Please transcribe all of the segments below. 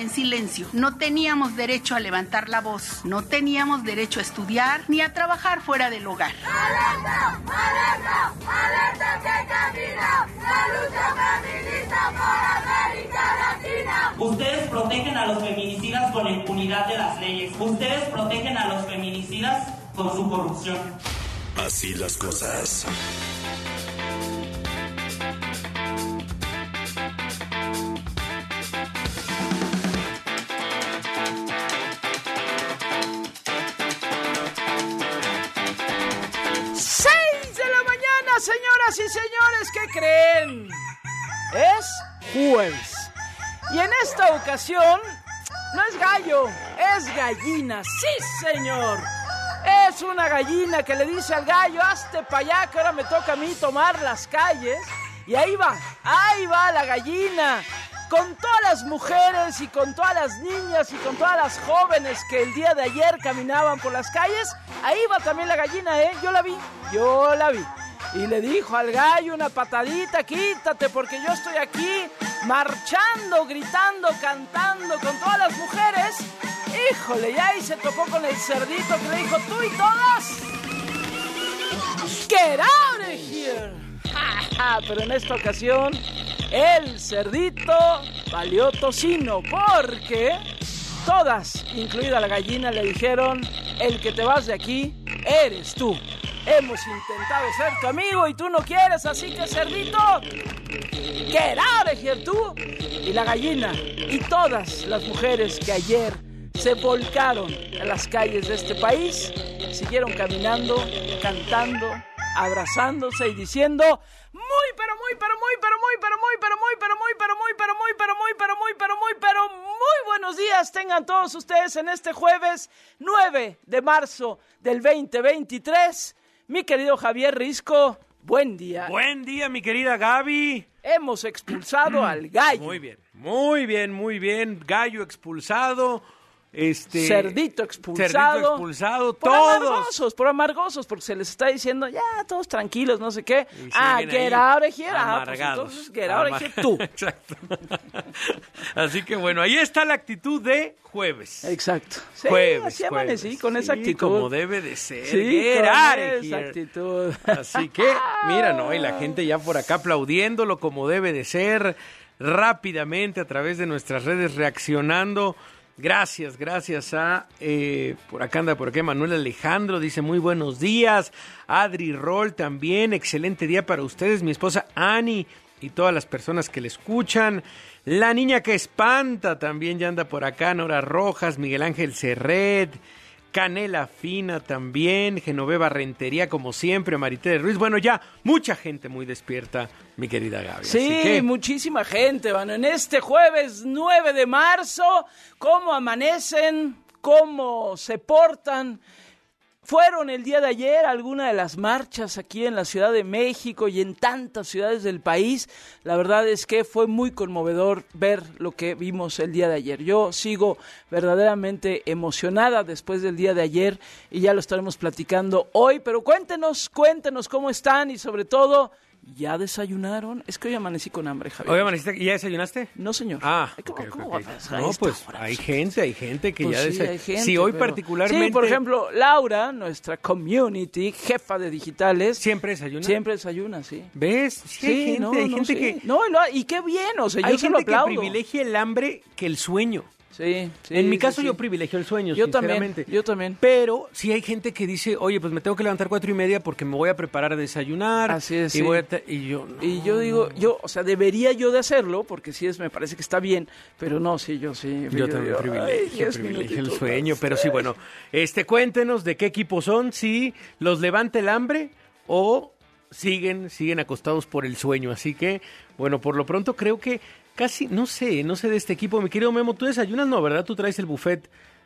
en silencio. No teníamos derecho a levantar la voz, no teníamos derecho a estudiar ni a trabajar fuera del hogar. ¡Alerta! ¡Alerta! ¡Alerta que camina! ¡La lucha feminista por América Latina! Ustedes protegen a los feminicidas con la impunidad de las leyes. Ustedes protegen a los feminicidas con su corrupción. Así las cosas. Señoras y señores, ¿qué creen? Es jueves. Y en esta ocasión no es gallo, es gallina. ¡Sí, señor! Es una gallina que le dice al gallo: hazte para allá, que ahora me toca a mí tomar las calles. Y ahí va la gallina, con todas las mujeres y con todas las niñas y con todas las jóvenes que el día de ayer caminaban por las calles. Ahí va también la gallina, ¿eh? Yo la vi. Y le dijo al gallo una patadita: quítate porque yo estoy aquí marchando, gritando, cantando con todas las mujeres. Híjole, y ahí se topó con el cerdito que le dijo: tú y todas, get out of here. Pero en esta ocasión el cerdito valió tocino, porque todas, incluida la gallina, le dijeron: el que te vas de aquí eres tú. Hemos intentado ser tu amigo y tú no quieres, así que, cerdito, get out of here tú. Y la gallina y todas las mujeres que ayer se volcaron en las calles de este país siguieron caminando, cantando, abrazándose y diciendo: muy buenos días tengan todos ustedes en este jueves 9 de marzo del 2023. Mi querido Javier Risco, buen día. Buen día, mi querida Gaby. Hemos expulsado al gallo. Muy bien. Gallo expulsado. Cerdito expulsado, por amargosos, porque se les está diciendo: ya, todos tranquilos, no sé qué. Get out of here. Amargados. Pues entonces, get out of here tú. Exacto. Así que bueno, ahí está la actitud de jueves. Exacto. Sí, jueves, así amanecí, jueves. con esa actitud. Como debe de ser. Sí, get con out of esa here. actitud. Así que, mira, ¿no? Y la gente ya por acá aplaudiéndolo como debe de ser, rápidamente a través de nuestras redes reaccionando. Gracias a, por acá Manuel Alejandro, dice: muy buenos días. Adri Roll también, excelente día para ustedes, mi esposa Ani y todas las personas que le escuchan. La niña que espanta también ya anda por acá, Nora Rojas, Miguel Ángel Serret, Canela Fina también, Genoveva Rentería como siempre, Maritere Ruiz. Bueno, ya mucha gente muy despierta, mi querida Gaby. Sí, así que muchísima gente, bueno, en este jueves 9 de marzo, ¿cómo amanecen? ¿Cómo se portan? Fueron el día de ayer a alguna de las marchas aquí en la Ciudad de México y en tantas ciudades del país. La verdad es que fue muy conmovedor ver lo que vimos el día de ayer. Yo sigo verdaderamente emocionada después del día de ayer y ya lo estaremos platicando hoy. Pero cuéntenos cómo están y sobre todo, ¿ya desayunaron? Es que hoy amanecí con hambre, Javier. ¿Hoy amaneciste y ya desayunaste? No, señor. ¿Cómo no, pues hay gente que pues ya desayuna. Sí, hoy particularmente. Sí, por ejemplo, Laura, nuestra community, jefa de digitales. ¿Siempre desayuna? Siempre desayuna, sí. ¿Ves? Sí, hay gente que... No, y qué bien, o sea, hay yo se lo aplaudo. Hay gente que privilegia el hambre que el sueño. Sí. En mi caso yo privilegio el sueño, sinceramente. Yo también. Pero sí hay gente que dice: oye, pues me tengo que levantar 4:30 porque me voy a preparar a desayunar. Así es, y yo no. Y yo digo, o sea, debería yo de hacerlo, porque sí me parece que está bien, pero no, yo también privilegio el sueño, pero sí, bueno, cuéntenos de qué equipo son, si los levanta el hambre o siguen acostados por el sueño. Así que, bueno, por lo pronto creo que casi, no sé de este equipo. Mi querido Memo, tú desayunas, ¿no? ¿Verdad? Tú traes el buffet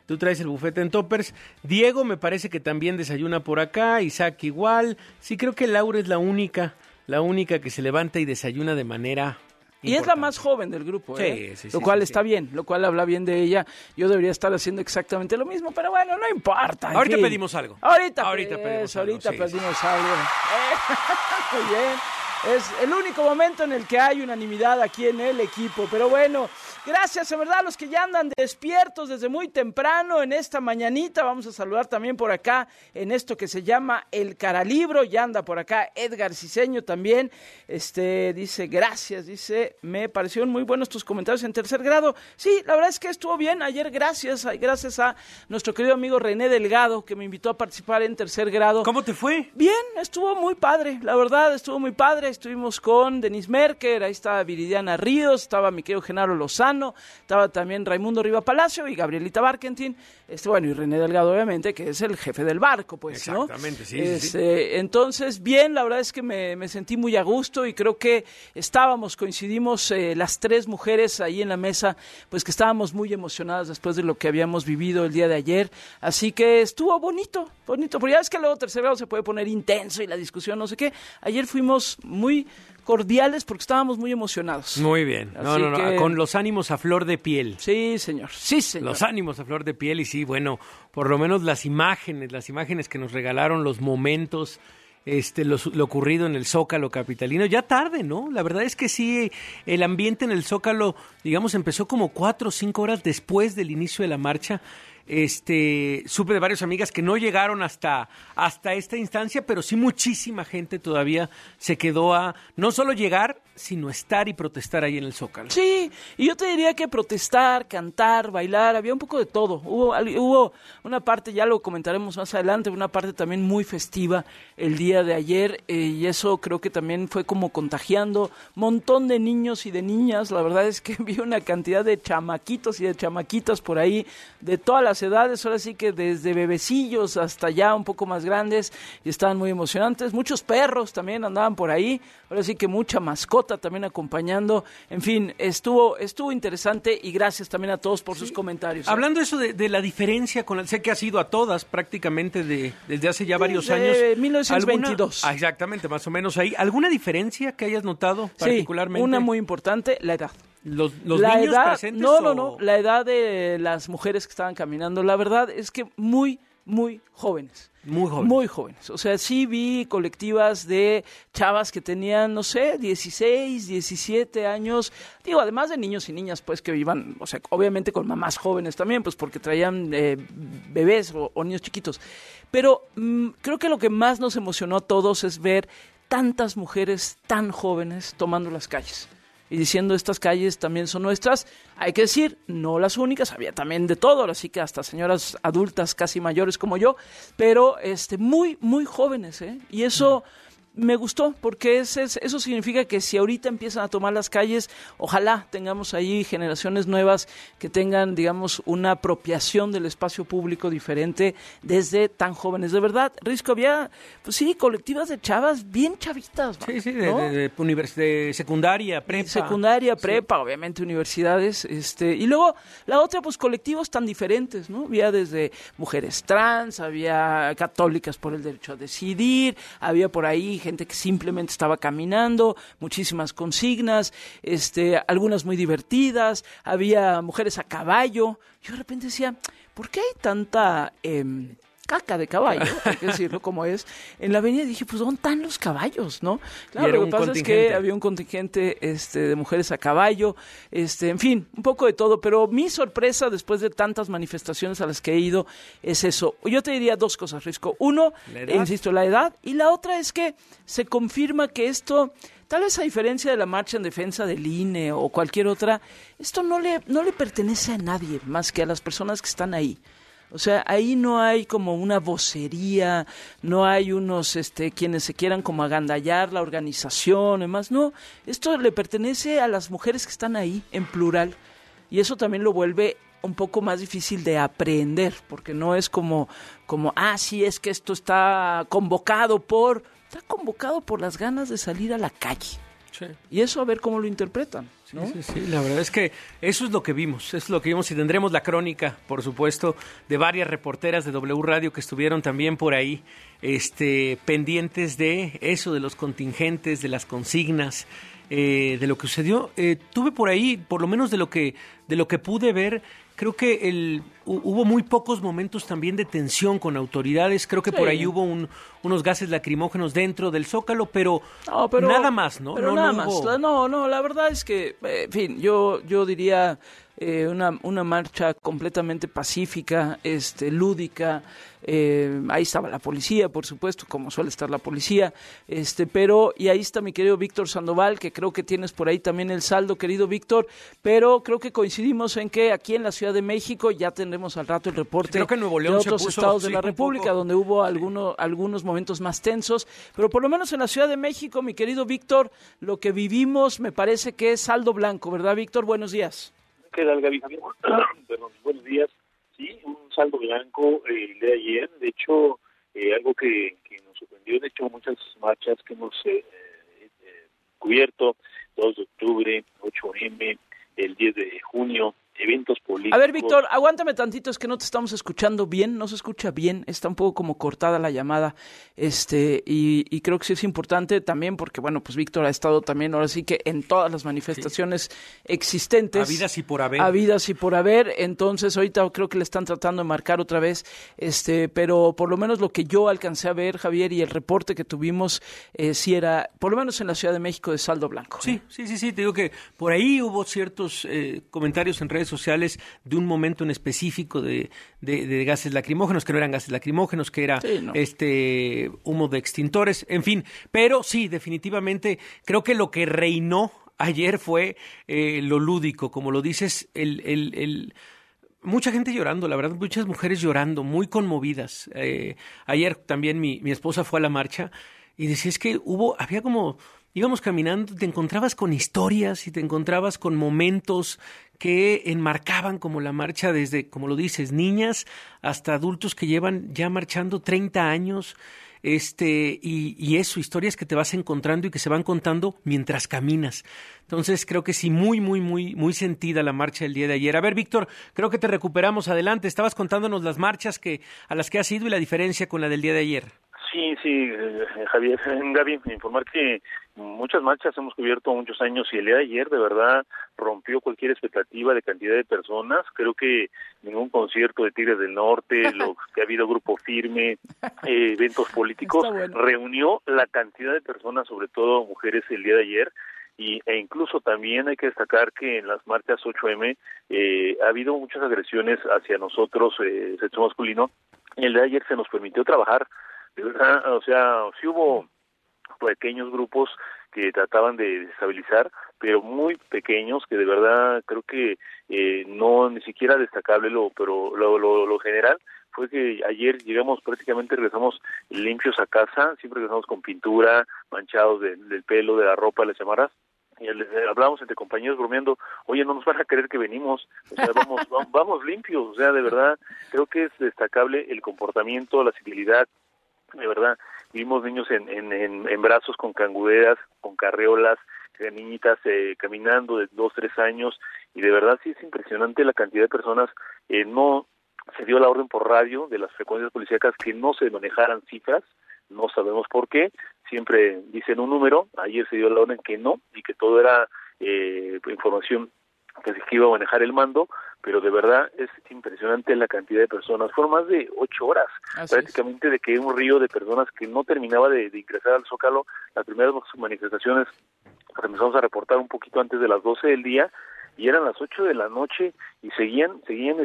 en toppers. Diego me parece que también desayuna por acá. Isaac igual. Sí, creo que Laura es la única que se levanta y desayuna de manera Y es la más joven del grupo, Sí, lo cual está bien, lo cual habla bien de ella. Yo debería estar haciendo exactamente lo mismo, pero bueno, no importa. Ahorita fin. pedimos algo. Ahorita pedimos algo. Muy bien. Es el único momento en el que hay unanimidad aquí en el equipo. Pero bueno, gracias en verdad a los que ya andan despiertos desde muy temprano en esta mañanita. Vamos a saludar también por acá en esto que se llama El Caralibro. Ya anda por acá Edgar Ciseño también. Dice, gracias, dice, me parecieron muy buenos tus comentarios en tercer grado. Sí, la verdad es que estuvo bien. Ayer gracias a nuestro querido amigo René Delgado, que me invitó a participar en tercer grado. ¿Cómo te fue? Bien, estuvo muy padre, la verdad, estuvo muy padre. Estuvimos con Denise Merker, ahí estaba Viridiana Ríos, estaba mi querido Genaro Lozano, estaba también Raimundo Riva Palacio y Gabrielita Barkentin, y René Delgado, obviamente, que es el jefe del barco, pues, ¿no? Exactamente, sí. Entonces, bien, la verdad es que me sentí muy a gusto y creo que coincidimos las tres mujeres ahí en la mesa, pues que estábamos muy emocionadas después de lo que habíamos vivido el día de ayer, así que estuvo bonito, porque ya ves que luego tercer grado se puede poner intenso y la discusión no sé qué. Ayer fuimos muy cordiales porque estábamos muy emocionados. Muy bien. Con los ánimos a flor de piel. Sí, señor. Los ánimos a flor de piel y sí, bueno, por lo menos las imágenes que nos regalaron, los momentos, lo ocurrido en el Zócalo capitalino, ya tarde, ¿no? La verdad es que sí, el ambiente en el Zócalo, digamos, empezó como 4 o 5 horas después del inicio de la marcha. Supe de varias amigas que no llegaron hasta esta instancia, pero sí muchísima gente todavía se quedó a no solo llegar, sino estar y protestar ahí en el Zócalo. Sí, y yo te diría que protestar, cantar, bailar, había un poco de todo. Hubo una parte, ya lo comentaremos más adelante, una parte también muy festiva el día de ayer, y eso creo que también fue como contagiando montón de niños y de niñas. La verdad es que vi una cantidad de chamaquitos y de chamaquitas por ahí, de todas las edades, ahora sí que desde bebecillos hasta ya un poco más grandes, y estaban muy emocionantes. Muchos perros también andaban por ahí, ahora sí que mucha mascota también acompañando. En fin, estuvo interesante y gracias también a todos por sus comentarios. Hablando eso de la diferencia sé que has ido a todas prácticamente desde hace ya varios años. 1922. Exactamente, más o menos ahí. ¿Alguna diferencia que hayas notado particularmente? Sí, una muy importante, la edad. ¿Los niños presentes? No, la edad de las mujeres que estaban caminando, la verdad es que muy, muy jóvenes. Muy jóvenes. O sea, sí vi colectivas de chavas que tenían, 16, 17 años. Digo, además de niños y niñas, pues, que iban, o sea, obviamente con mamás jóvenes también, pues, porque traían bebés o niños chiquitos. Pero creo que lo que más nos emocionó a todos es ver tantas mujeres tan jóvenes tomando las calles y diciendo estas calles también son nuestras. Hay que decir, no las únicas, había también de todo, así que hasta señoras adultas casi mayores como yo, pero muy, muy jóvenes, y eso me gustó, porque eso significa que si ahorita empiezan a tomar las calles, ojalá tengamos ahí generaciones nuevas que tengan, digamos, una apropiación del espacio público diferente desde tan jóvenes. De verdad, Risco, había, pues sí, colectivas de chavas bien chavitas. Sí, ¿no? de secundaria, prepa. Secundaria, prepa, obviamente universidades. Y luego la otra, pues colectivos tan diferentes, ¿no? Había desde mujeres trans, había católicas por el derecho a decidir, había por ahí gente que simplemente estaba caminando, muchísimas consignas, algunas muy divertidas, había mujeres a caballo. Yo de repente decía, ¿por qué hay tanta caca de caballo? Hay que decirlo como es. En la avenida dije, pues, ¿dónde están los caballos, no? Claro, lo que pasa es que había un contingente de mujeres a caballo, en fin, un poco de todo, pero mi sorpresa después de tantas manifestaciones a las que he ido es eso. Yo te diría 2 cosas, Risco. Uno, insisto, la edad, y la otra es que se confirma que esto, tal vez a diferencia de la marcha en defensa del INE o cualquier otra, esto no le pertenece a nadie más que a las personas que están ahí. O sea, ahí no hay como una vocería, no hay unos quienes se quieran como agandallar la organización, demás. No, esto le pertenece a las mujeres que están ahí, en plural. Y eso también lo vuelve un poco más difícil de aprender, porque no es como sí, es que esto está convocado por las ganas de salir a la calle. Sí. Y eso a ver cómo lo interpretan, ¿no? Sí, la verdad es que eso es lo que vimos, y tendremos la crónica, por supuesto, de varias reporteras de W Radio que estuvieron también por ahí, pendientes de eso, de los contingentes, de las consignas, de lo que sucedió. Tuve por ahí, por lo menos de lo que pude ver, creo que hubo muy pocos momentos también de tensión con autoridades. Creo que por ahí hubo un unos gases lacrimógenos dentro del Zócalo, pero nada más, ¿no? Pero nada más. No, la verdad es que, en fin, yo diría una marcha completamente pacífica, lúdica. Ahí estaba la policía, por supuesto, como suele estar la policía, pero, y ahí está mi querido Víctor Sandoval, que creo que tienes por ahí también el saldo, querido Víctor, pero creo que coincidimos en que aquí en la Ciudad de México ya tendremos al rato el reporte creo que en Nuevo León de otros estados de la un República, poco, donde hubo algunos momentos más tensos, pero por lo menos en la Ciudad de México, mi querido Víctor, lo que vivimos me parece que es saldo blanco, ¿verdad, Víctor? Buenos días. ¿Qué tal, Gaby? Perdón, buenos días. Sí, un saldo blanco el de ayer. De hecho, algo que nos sorprendió, de hecho, muchas marchas que hemos cubierto, 2 de octubre, 8M, el 10 de junio, eventos políticos. A ver, Víctor, aguántame tantito, es que no te estamos escuchando bien, no se escucha bien, está un poco como cortada la llamada, y creo que sí es importante también porque, bueno, pues Víctor ha estado también ahora sí que en todas las manifestaciones existentes. Habidas y por haber. Habidas y por haber, entonces ahorita creo que le están tratando de marcar otra vez, pero por lo menos lo que yo alcancé a ver, Javier, y el reporte que tuvimos, sí era, por lo menos en la Ciudad de México, de saldo blanco. Sí, te digo que por ahí hubo ciertos comentarios en redes sociales de un momento en específico de gases lacrimógenos, que no eran gases lacrimógenos, que era humo de extintores, en fin, pero sí, definitivamente creo que lo que reinó ayer fue lo lúdico, como lo dices, mucha gente llorando, la verdad, muchas mujeres llorando, muy conmovidas. Ayer también mi esposa fue a la marcha y decía, es que había como, íbamos caminando, te encontrabas con historias y te encontrabas con momentos que enmarcaban como la marcha desde, como lo dices, niñas hasta adultos que llevan ya marchando 30 años, y eso, historias que te vas encontrando y que se van contando mientras caminas. Entonces creo que sí, muy, muy, muy, muy sentida la marcha del día de ayer. A ver, Víctor, creo que te recuperamos. Adelante, estabas contándonos las marchas a las que has ido y la diferencia con la del día de ayer. Sí, Javier, Gaby, informar que muchas marchas hemos cubierto muchos años y el día de ayer de verdad rompió cualquier expectativa de cantidad de personas. Creo que ningún concierto de Tigres del Norte, lo que ha habido Grupo Firme, eventos políticos, reunió la cantidad de personas, sobre todo mujeres, el día de ayer. E incluso también hay que destacar que en las marchas 8M ha habido muchas agresiones hacia nosotros, sexo masculino, y el día de ayer se nos permitió trabajar. De verdad, o sea, sí hubo pequeños grupos que trataban de desestabilizar, pero muy pequeños, que de verdad creo que no ni siquiera destacable, pero lo general fue que ayer regresamos limpios a casa, siempre regresamos con pintura, manchados del pelo, de la ropa, de las chamarras, y hablamos entre compañeros bromeando, oye, no nos van a creer que venimos, o sea, vamos limpios, o sea, de verdad, creo que es destacable el comportamiento, la civilidad. De verdad, vimos niños en brazos con cangureras, con carreolas, niñitas caminando de 2, 3 años, y de verdad sí es impresionante la cantidad de personas. No se dio la orden por radio de las frecuencias policíacas que no se manejaran cifras, no sabemos por qué, siempre dicen un número, ayer se dio la orden que no, y que todo era información que iba a manejar el mando, pero de verdad es impresionante la cantidad de personas. Fueron más de 8 horas, prácticamente, de que un río de personas que no terminaba de ingresar al Zócalo. Las primeras manifestaciones las empezamos a reportar un poquito antes de las 12 del día, y eran las 8 de la noche, y seguían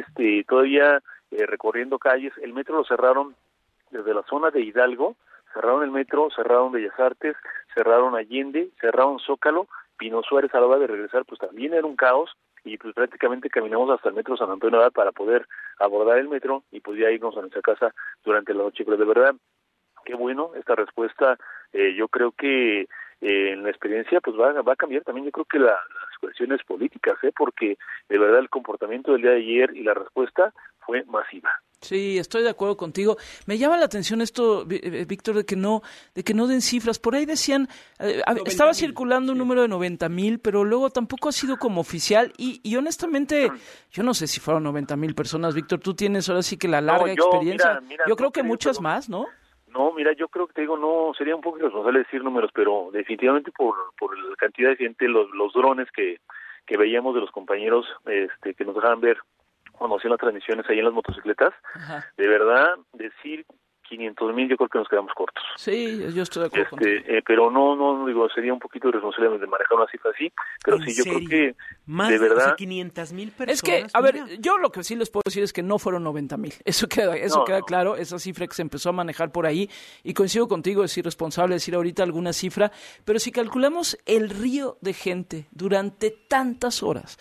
todavía recorriendo calles. El metro lo cerraron desde la zona de Hidalgo, cerraron el metro, cerraron Bellas Artes, cerraron Allende, cerraron Zócalo. Pino Suárez, a la hora de regresar, pues también era un caos, y pues prácticamente caminamos hasta el metro San Antonio Abad para poder abordar el metro y pues ya irnos a nuestra casa durante la noche. Pero de verdad, qué bueno esta respuesta. Yo creo que en la experiencia pues va a cambiar también, yo creo que las cuestiones políticas, porque de verdad el comportamiento del día de ayer y la respuesta fue masiva. Sí, estoy de acuerdo contigo. Me llama la atención esto, Víctor, de que no den cifras. Por ahí decían, estaba circulando un número de 90,000, pero luego tampoco ha sido como oficial. Y honestamente, yo no sé si fueron 90,000 personas, Víctor. Tú tienes ahora sí que la larga experiencia. Mira, yo creo que muchas más, ¿no? No, mira, yo creo que te digo, no, sería un poco irresponsable decir números, pero definitivamente por la cantidad de gente, los drones que veíamos de los compañeros que nos dejaban ver cuando hacían las transmisiones ahí en las motocicletas. Ajá. De verdad, decir 500,000 yo creo que nos quedamos cortos. Sí, yo estoy de acuerdo contigo. Pero no digo, sería un poquito irresponsable de manejar una cifra así, pero sí, yo creo que más de verdad... O sea, 500,000 personas. Es que, a ver, yo lo que sí les puedo decir es que no fueron 90,000. Eso queda claro, esa cifra que se empezó a manejar por ahí, y coincido contigo, es irresponsable decir ahorita alguna cifra, pero si calculamos el río de gente durante tantas horas,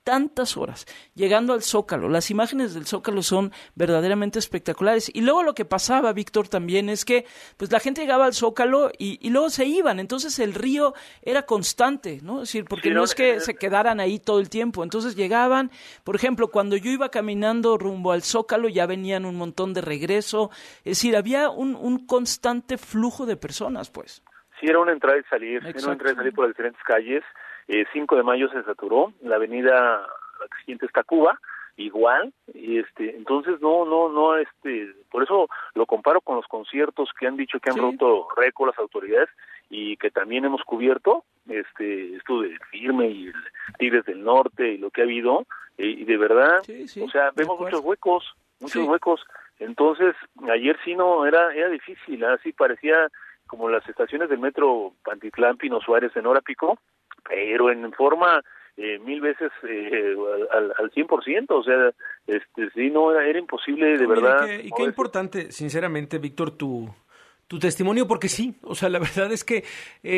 llegando al Zócalo. Las imágenes del Zócalo son verdaderamente espectaculares. Y luego lo que pasaba, Víctor, también es que pues la gente llegaba al Zócalo y luego se iban. Entonces el río era constante, ¿no? Es decir, porque no es que se quedaran ahí todo el tiempo. Entonces llegaban, por ejemplo, cuando yo iba caminando rumbo al Zócalo, ya venían un montón de regreso. Es decir, había un constante flujo de personas, pues. Sí, era una entrada y salir, por las diferentes calles. 5 de mayo se saturó, la avenida la siguiente está Cuba, igual, y entonces no, por eso lo comparo con los conciertos que han dicho que han roto récord las autoridades y que también hemos cubierto, esto de Firme y el Tigres del Norte y lo que ha habido, y de verdad, o sea, vemos muchos huecos, entonces ayer sí no, era difícil, así parecía como las estaciones del metro Pantitlán, Pino Suárez en hora pico, pero en forma 1000 veces al 100%, o sea, sí, no, era imposible, de verdad. Y qué importante, sinceramente, Víctor, tu testimonio, porque sí, o sea, la verdad es que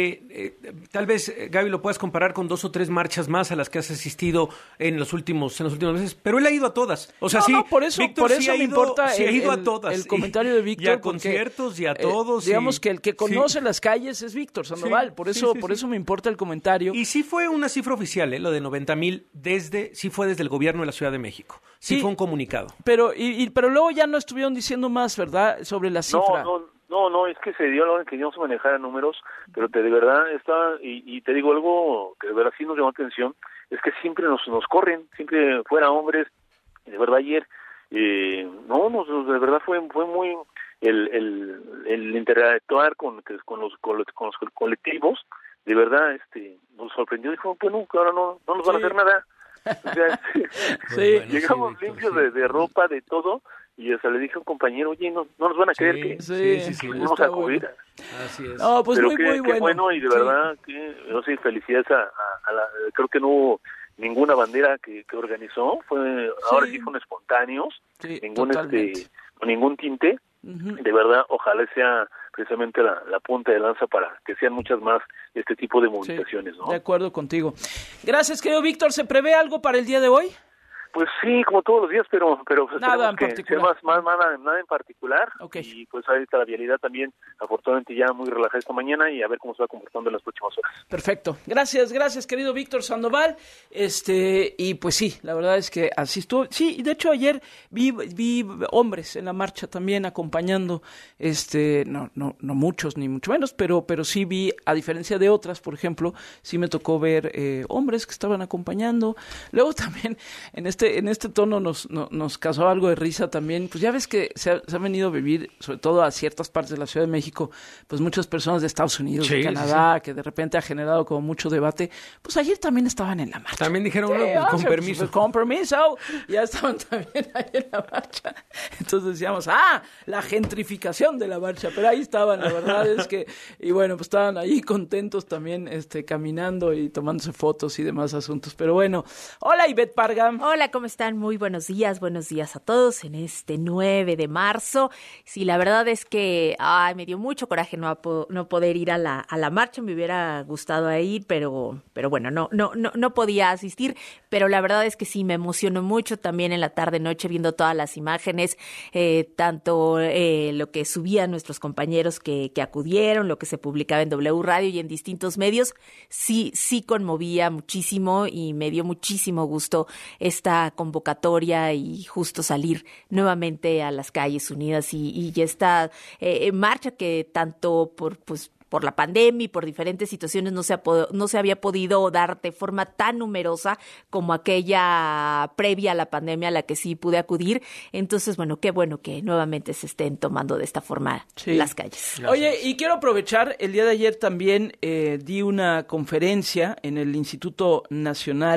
tal vez, Gaby, lo puedas comparar con 2 o 3 marchas más a las que has asistido en los últimos meses, pero él ha ido a todas. O sea, por eso me importa ha ido a todas. El comentario de Víctor. Y a conciertos y a todos. Digamos que el que conoce las calles es Víctor Sandoval, por eso me importa el comentario. Y sí fue una cifra oficial, lo de 90,000 sí fue desde el gobierno de la Ciudad de México. Sí fue un comunicado. Pero luego ya no estuvieron diciendo más, ¿verdad?, sobre la cifra. No, es que se dio a la hora que no se manejara números, pero de verdad está, y te digo algo que de verdad sí nos llamó atención, es que siempre nos corren, siempre fuera hombres, y de verdad ayer, de verdad fue muy el interactuar con los colectivos, de verdad nos sorprendió, dijo, bueno, que ahora no nos van a hacer nada. O sea, llegamos limpios de ropa, de todo, y hasta le dije a un compañero, oye, no nos van a creer que vamos a cubrir. Así es. No, pues pero muy bueno, y de verdad, yo sí, felicidades creo que no hubo ninguna bandera que organizó, ahora sí fueron espontáneos, ningún tinte, de verdad, ojalá sea precisamente la punta de lanza para que sean muchas más este tipo de movilizaciones, ¿no? De acuerdo contigo. Gracias, querido Víctor. ¿Se prevé algo para el día de hoy? Pues sí, como todos los días, pero nada en particular. Nada en particular. Okay. Y pues ahí está la vialidad también, afortunadamente ya muy relajada esta mañana, y a ver cómo se va comportando en las próximas horas. Perfecto. Gracias, querido Víctor Sandoval. Y pues sí, la verdad es que así estuvo. Sí, y de hecho ayer vi hombres en la marcha también acompañando, no muchos ni mucho menos, pero sí vi, a diferencia de otras, por ejemplo, sí me tocó ver hombres que estaban acompañando. Luego también en este tono nos causó algo de risa también. Pues ya ves que se ha venido a vivir, sobre todo a ciertas partes de la Ciudad de México, pues muchas personas de Estados Unidos, de Canadá, que de repente ha generado como mucho debate. Pues ayer también estaban en la marcha. También dijeron, con permiso. Pues, con permiso, ya estaban también ahí en la marcha. Entonces decíamos, la gentrificación de la marcha, pero ahí estaban, la verdad es que, y bueno, pues estaban ahí contentos también, caminando y tomándose fotos y demás asuntos. Pero bueno, hola Ivette Parga. Hola, ¿cómo están? Muy buenos días a todos en este 9 de marzo. Sí, la verdad es que me dio mucho coraje no poder ir a la marcha, me hubiera gustado ir, pero bueno, no podía asistir, pero la verdad es que sí me emocionó mucho también en la tarde-noche viendo todas las imágenes, tanto lo que subían nuestros compañeros que acudieron, lo que se publicaba en W Radio y en distintos medios, sí conmovía muchísimo y me dio muchísimo gusto esta convocatoria y justo salir nuevamente a las calles unidas y esta marcha que tanto por la pandemia y por diferentes situaciones no se había podido dar de forma tan numerosa como aquella previa a la pandemia a la que sí pude acudir. Entonces, qué bueno que nuevamente se estén tomando de esta forma las calles. Gracias. Oye, y quiero aprovechar, el día de ayer también di una conferencia en el Instituto Nacional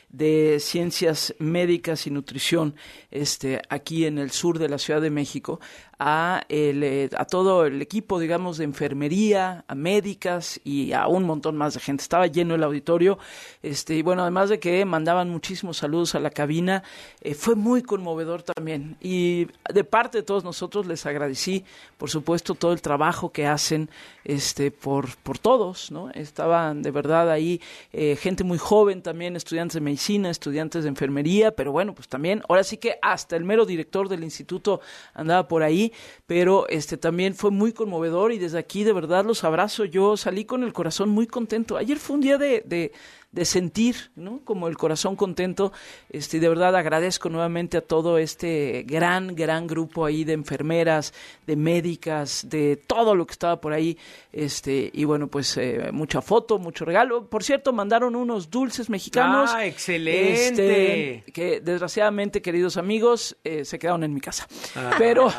de Ciencias Médicas y Nutrición aquí en el sur de la Ciudad de México, a todo el equipo, digamos, de enfermería, a médicas y a un montón más de gente. Estaba lleno el auditorio, y bueno, además de que mandaban muchísimos saludos a la cabina, fue muy conmovedor también. Y de parte de todos nosotros les agradecí, por supuesto, todo el trabajo que hacen por todos, ¿no? Estaban de verdad ahí gente muy joven también, estudiantes de medicina, estudiantes de enfermería, pero bueno, pues también, ahora sí que hasta el mero director del instituto andaba por ahí, pero también fue muy conmovedor y desde aquí de verdad los abrazo. Yo salí con el corazón muy contento. Ayer fue un día de sentir, ¿no? Como el corazón contento. De verdad agradezco nuevamente a todo gran grupo ahí de enfermeras, de médicas, de todo lo que estaba por ahí. Y bueno, pues mucha foto, mucho regalo. Por cierto, mandaron unos dulces mexicanos. ¡Ah, excelente! Que desgraciadamente, queridos amigos, se quedaron en mi casa. Pero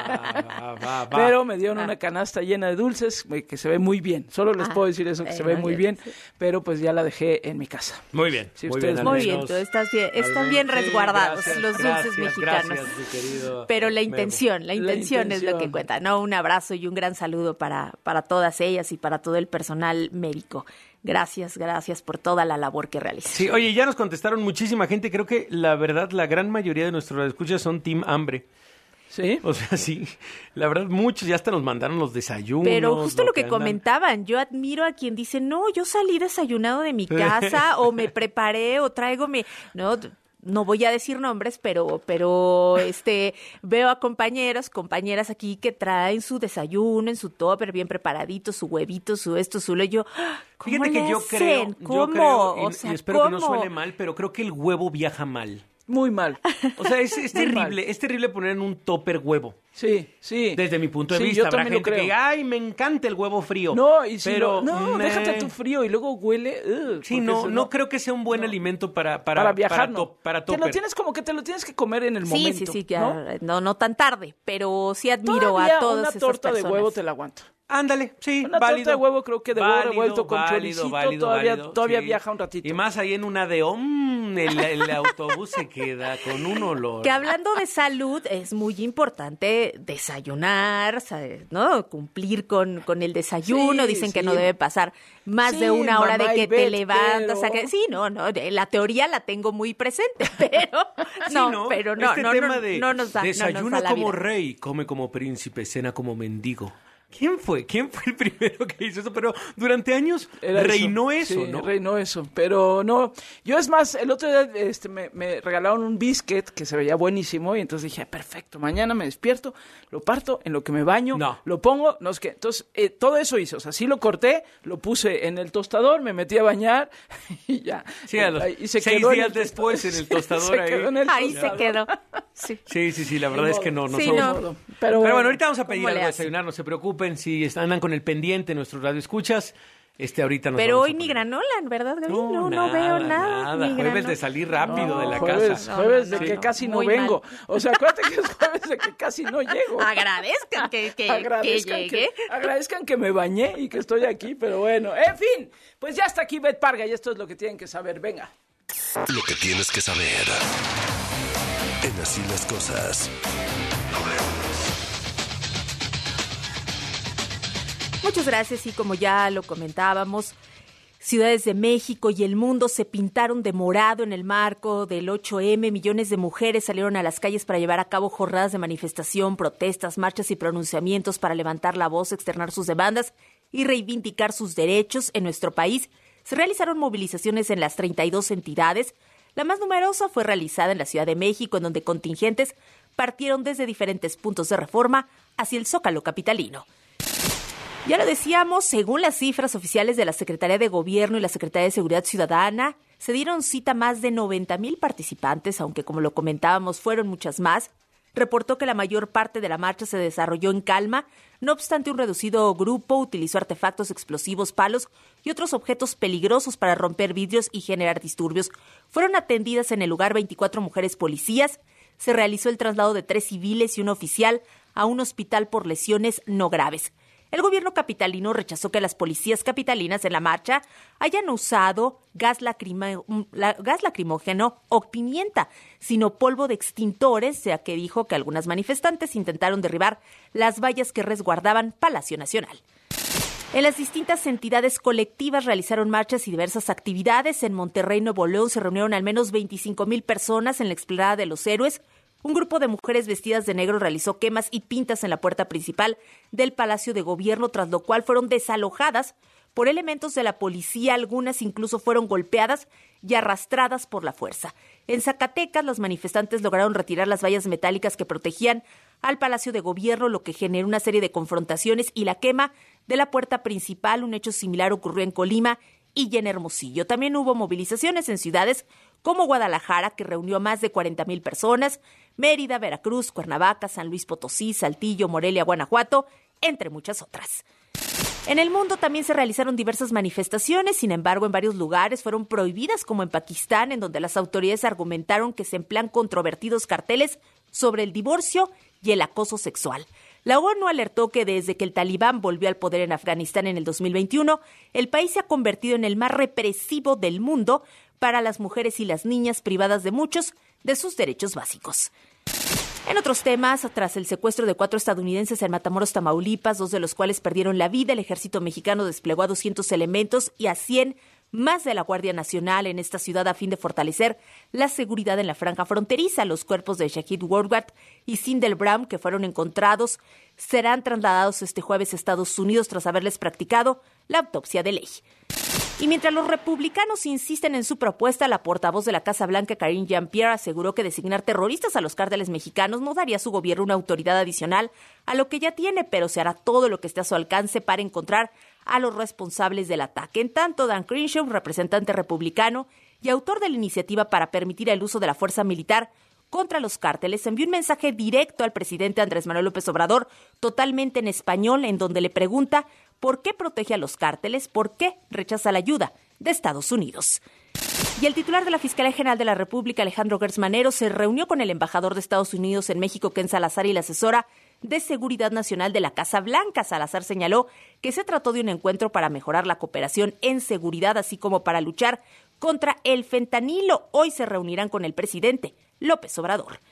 me dieron una canasta llena de dulces que se ve muy bien. Solo les puedo decir eso, que se ve muy bien. Pero pues ya la dejé en mi casa. Muy bien. Sí, muy bien, tú están bien resguardados los dulces mexicanos. Gracias, mi querido Pero la intención es lo que cuenta, ¿no? Un abrazo y un gran saludo para todas ellas y para todo el personal médico. Gracias por toda la labor que realizan. Sí, oye, ya nos contestaron muchísima gente. Creo que la verdad, la gran mayoría de nuestros escuchas son Team Hambre. ¿Sí? O sea, sí, la verdad muchos ya hasta nos mandaron los desayunos. Pero justo lo que comentaban, yo admiro a quien dice, no, yo salí desayunado de mi casa o me preparé o traigo no voy a decir nombres, pero veo a compañeras aquí que traen su desayuno en su tupper bien preparadito, su huevito, su lo yo. ¿Cómo Fíjate que le yo hacen? creo, y espero que no suene mal, pero creo que el huevo viaja mal. Muy mal. O sea, es terrible, es terrible poner en un topper huevo. Sí. Desde mi punto de vista, habrá gente que diga, ay, me encanta el huevo frío. No, déjate tu frío y luego huele. Sí, no creo que sea un buen alimento para viajar, para Te topper. lo tienes que comer en el momento. Sí, no tan tarde, pero sí admiro a todas esas personas. Una torta de huevo te la aguanto. Ándale, sí, una válido. Torta de huevo creo que de huevo revuelto con válido, choricito todavía sí. viaja un ratito. Y más ahí en una de el autobús se queda con un olor. Que hablando de salud, es muy importante desayunar, ¿no? Cumplir con el desayuno. Dicen que no debe pasar más de una hora de que te levantas. La teoría la tengo muy presente, pero no nos da. Desayuna la como vida. rey, come como príncipe, cena como mendigo. ¿Quién fue el primero que hizo eso? Pero durante años reinó eso, ¿no? Reinó eso, pero no. Yo es más, el otro día me regalaron un biscuit que se veía buenísimo y entonces dije, perfecto, mañana me despierto, lo parto, en lo que me baño, lo pongo, no sé qué. Entonces, todo eso hice, o sea, sí lo corté, lo puse en el tostador, me metí a bañar y ya. Sí, y se 6 días después en el tostador ahí se quedó. Sí, la verdad es que no sí, somos... no. Pero bueno, ahorita vamos a pedir algo de desayunar, no se preocupen. Si andan con el pendiente nuestros radioescuchas, ahorita nos pero hoy ni granola, ¿verdad, Gaby? No veo nada. Jueves de salir rápido de la casa. Jueves de que casi no vengo. O sea, acuérdate que es jueves de que casi no llego. Agradezcan que llegue. Agradezcan que me bañé y que estoy aquí, pero bueno. En fin, pues ya está aquí Bet Parga y esto es lo que tienen que saber. Venga. Lo que tienes que saber. En Así las Cosas. Muchas gracias y como ya lo comentábamos, ciudades de México y el mundo se pintaron de morado en el marco del 8M. Millones de mujeres salieron a las calles para llevar a cabo jornadas de manifestación, protestas, marchas y pronunciamientos para levantar la voz, externar sus demandas y reivindicar sus derechos en nuestro país. Se realizaron movilizaciones en las 32 entidades. La más numerosa fue realizada en la Ciudad de México, en donde contingentes partieron desde diferentes puntos de Reforma hacia el Zócalo capitalino. Ya lo decíamos, según las cifras oficiales de la Secretaría de Gobierno y la Secretaría de Seguridad Ciudadana, se dieron cita más de 90,000 participantes, aunque como lo comentábamos, fueron muchas más. Reportó que la mayor parte de la marcha se desarrolló en calma. No obstante, un reducido grupo utilizó artefactos explosivos, palos y otros objetos peligrosos para romper vidrios y generar disturbios. Fueron atendidas en el lugar 24 mujeres policías. Se realizó el traslado de 3 civiles y un oficial a un hospital por lesiones no graves. El gobierno capitalino rechazó que las policías capitalinas en la marcha hayan usado gas lacrimógeno o pimienta, sino polvo de extintores, ya que dijo que algunas manifestantes intentaron derribar las vallas que resguardaban Palacio Nacional. En las distintas entidades colectivas realizaron marchas y diversas actividades. En Monterrey, Nuevo León, se reunieron al menos 25,000 personas en la explanada de los Héroes. Un grupo de mujeres vestidas de negro realizó quemas y pintas en la puerta principal del Palacio de Gobierno, tras lo cual fueron desalojadas por elementos de la policía. Algunas incluso fueron golpeadas y arrastradas por la fuerza. En Zacatecas, los manifestantes lograron retirar las vallas metálicas que protegían al Palacio de Gobierno, lo que generó una serie de confrontaciones y la quema de la puerta principal. Un hecho similar ocurrió en Colima y en Hermosillo. También hubo movilizaciones en ciudades como Guadalajara, que reunió a más de 40,000 personas, Mérida, Veracruz, Cuernavaca, San Luis Potosí, Saltillo, Morelia, Guanajuato, entre muchas otras. En el mundo también se realizaron diversas manifestaciones, sin embargo, en varios lugares fueron prohibidas, como en Pakistán, en donde las autoridades argumentaron que se emplean controvertidos carteles sobre el divorcio y el acoso sexual. La ONU alertó que desde que el Talibán volvió al poder en Afganistán en el 2021, el país se ha convertido en el más represivo del mundo para las mujeres y las niñas, privadas de muchos de sus derechos básicos. En otros temas, tras el secuestro de 4 estadounidenses en Matamoros, Tamaulipas, 2 de los cuales perdieron la vida, el ejército mexicano desplegó a 200 elementos y a 100 más de la Guardia Nacional en esta ciudad a fin de fortalecer la seguridad en la franja fronteriza. Los cuerpos de Shahid Woodward y Sindel Brown, que fueron encontrados, serán trasladados este jueves a Estados Unidos tras haberles practicado la autopsia de ley. Y mientras los republicanos insisten en su propuesta, la portavoz de la Casa Blanca, Karine Jean-Pierre, aseguró que designar terroristas a los cárteles mexicanos no daría a su gobierno una autoridad adicional a lo que ya tiene, pero se hará todo lo que esté a su alcance para encontrar a los responsables del ataque. En tanto, Dan Crenshaw, representante republicano y autor de la iniciativa para permitir el uso de la fuerza militar contra los cárteles, envió un mensaje directo al presidente Andrés Manuel López Obrador, totalmente en español, en donde le pregunta por qué protege a los cárteles, por qué rechaza la ayuda de Estados Unidos. Y el titular de la Fiscalía General de la República, Alejandro Gertz Manero, se reunió con el embajador de Estados Unidos en México, Ken Salazar, y la asesora de Seguridad Nacional de la Casa Blanca. Salazar señaló que se trató de un encuentro para mejorar la cooperación en seguridad, así como para luchar contra el fentanilo. Hoy se reunirán con el presidente López Obrador.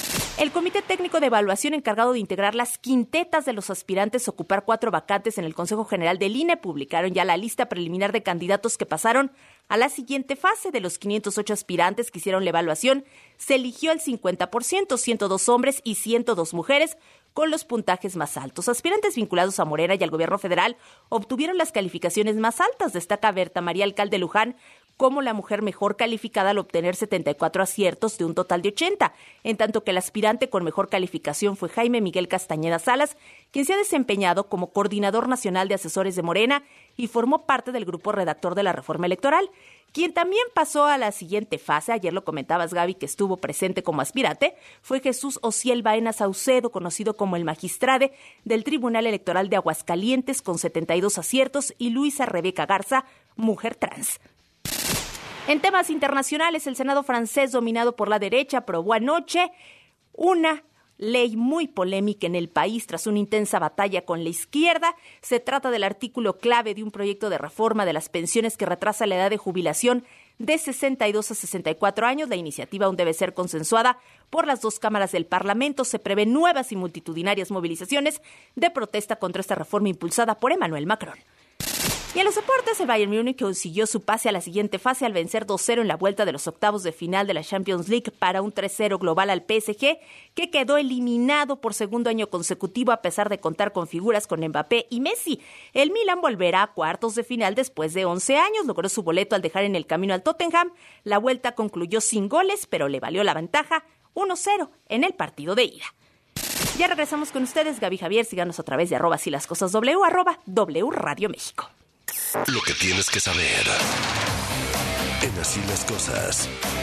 El Comité Técnico de Evaluación, encargado de integrar las quintetas de los aspirantes a ocupar 4 vacantes en el Consejo General del INE, publicaron ya la lista preliminar de candidatos que pasaron a la siguiente fase. De los 508 aspirantes que hicieron la evaluación, se eligió el 50%, 102 hombres y 102 mujeres, con los puntajes más altos. Aspirantes vinculados a Morena y al gobierno federal obtuvieron las calificaciones más altas. Destaca Berta María Alcalde Luján como la mujer mejor calificada al obtener 74 aciertos de un total de 80, en tanto que el aspirante con mejor calificación fue Jaime Miguel Castañeda Salas, quien se ha desempeñado como coordinador nacional de asesores de Morena y formó parte del grupo redactor de la reforma electoral. Quien también pasó a la siguiente fase, ayer lo comentabas, Gaby, que estuvo presente como aspirante, fue Jesús Ociel Baena Saucedo, conocido como el magistrade del Tribunal Electoral de Aguascalientes, con 72 aciertos, y Luisa Rebeca Garza, mujer trans. En temas internacionales, el Senado francés, dominado por la derecha, aprobó anoche una ley muy polémica en el país tras una intensa batalla con la izquierda. Se trata del artículo clave de un proyecto de reforma de las pensiones que retrasa la edad de jubilación de 62 a 64 años. La iniciativa aún debe ser consensuada por las 2 cámaras del Parlamento. Se prevén nuevas y multitudinarias movilizaciones de protesta contra esta reforma impulsada por Emmanuel Macron. Y en los deportes, el Bayern Múnich consiguió su pase a la siguiente fase al vencer 2-0 en la vuelta de los octavos de final de la Champions League para un 3-0 global al PSG, que quedó eliminado por segundo año consecutivo a pesar de contar con figuras con Mbappé y Messi. El Milan volverá a cuartos de final después de 11 años. Logró su boleto al dejar en el camino al Tottenham. La vuelta concluyó sin goles, pero le valió la ventaja 1-0 en el partido de ida. Ya regresamos con ustedes, Gaby Javier. Síganos a través de @silascosasw, @W Radio México. Lo que tienes que saber en Así las Cosas.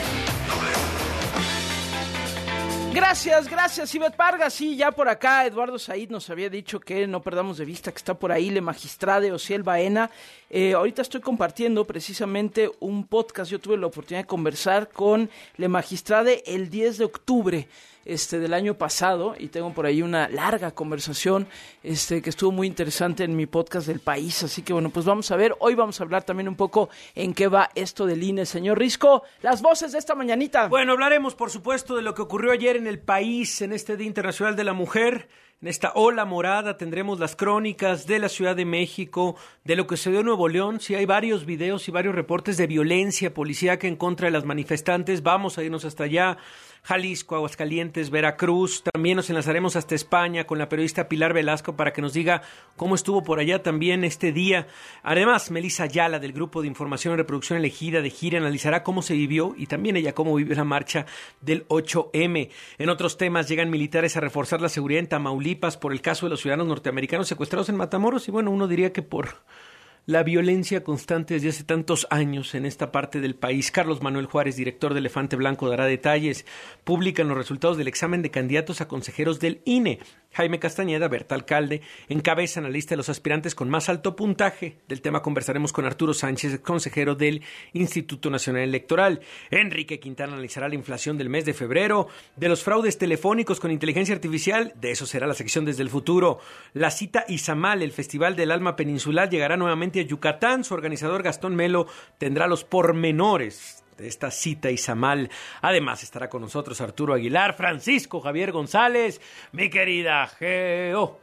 Gracias, Ivette Vargas. Sí, ya por acá Eduardo Said nos había dicho que no perdamos de vista que está por ahí le magistrade Ociel Baena. Ahorita estoy compartiendo precisamente un podcast. Yo tuve la oportunidad de conversar con le magistrade el 10 de octubre. del año pasado, y tengo por ahí una larga conversación que estuvo muy interesante en mi podcast del País. Así que bueno, pues vamos a ver. Hoy vamos a hablar también un poco en qué va esto del INE. Señor Risco, las voces de esta mañanita. Bueno, hablaremos por supuesto de lo que ocurrió ayer en el País, en este Día Internacional de la Mujer. En esta ola morada tendremos las crónicas de la Ciudad de México, de lo que se dio en Nuevo León. Sí, hay varios videos y varios reportes de violencia policíaca en contra de las manifestantes. Vamos a irnos hasta allá. Jalisco, Aguascalientes, Veracruz. También nos enlazaremos hasta España con la periodista Pilar Velasco para que nos diga cómo estuvo por allá también este día. Además, Melissa Ayala, del Grupo de Información y Reproducción Elegida de Gira, analizará cómo se vivió y también ella cómo vivió la marcha del 8M. En otros temas, llegan militares a reforzar la seguridad en Tamaulipas por el caso de los ciudadanos norteamericanos secuestrados en Matamoros. Y bueno, uno diría que por la violencia constante desde hace tantos años en esta parte del país. Carlos Manuel Juárez, director de Elefante Blanco, dará detalles. Publican los resultados del examen de candidatos a consejeros del INE. Jaime Castañeda, Berta Alcalde, encabezan la lista de los aspirantes con más alto puntaje. Del tema conversaremos con Arturo Sánchez, consejero del Instituto Nacional Electoral. Enrique Quintana analizará la inflación del mes de febrero, de los fraudes telefónicos con inteligencia artificial. De eso será la sección Desde el Futuro. La cita Izamal, el Festival del Alma Peninsular, llegará nuevamente a Yucatán. Su organizador Gastón Melo tendrá los pormenores de esta cita Izamal. Además estará con nosotros Arturo Aguilar, Francisco Javier González, mi querida Geo.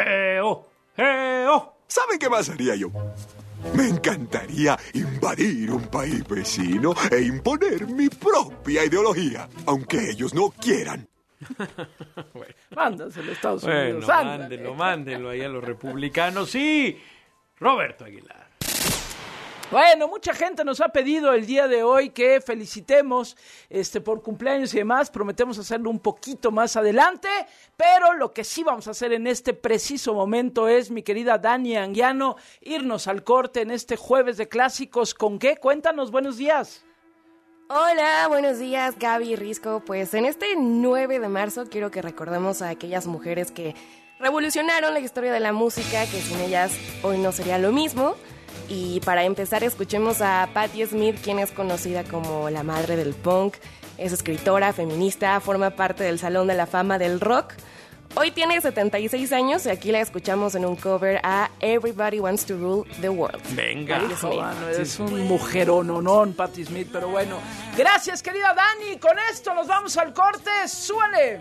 ¿Saben qué más haría yo? Me encantaría invadir un país vecino e imponer mi propia ideología, aunque ellos no quieran. Bueno. Mándaselo a Estados Unidos. Mándenlo ahí a los republicanos. Sí, Roberto Aguilar. Bueno, mucha gente nos ha pedido el día de hoy que felicitemos por cumpleaños y demás. Prometemos hacerlo un poquito más adelante, pero lo que sí vamos a hacer en este preciso momento es, mi querida Dani Anguiano, irnos al corte en este jueves de clásicos. ¿Con qué? Cuéntanos, buenos días. Hola, buenos días, Gaby y Risco. Pues en este 9 de marzo quiero que recordemos a aquellas mujeres que revolucionaron la historia de la música, que sin ellas hoy no sería lo mismo. Y para empezar, escuchemos a Patti Smith, quien es conocida como la madre del punk. Es escritora, feminista, forma parte del Salón de la Fama del Rock. Hoy tiene 76 años y aquí la escuchamos en un cover a Everybody Wants to Rule the World. Venga, es un mujerononón, Patti Smith, pero bueno. Gracias, querida Dani. Con esto nos vamos al corte. ¡Súbale!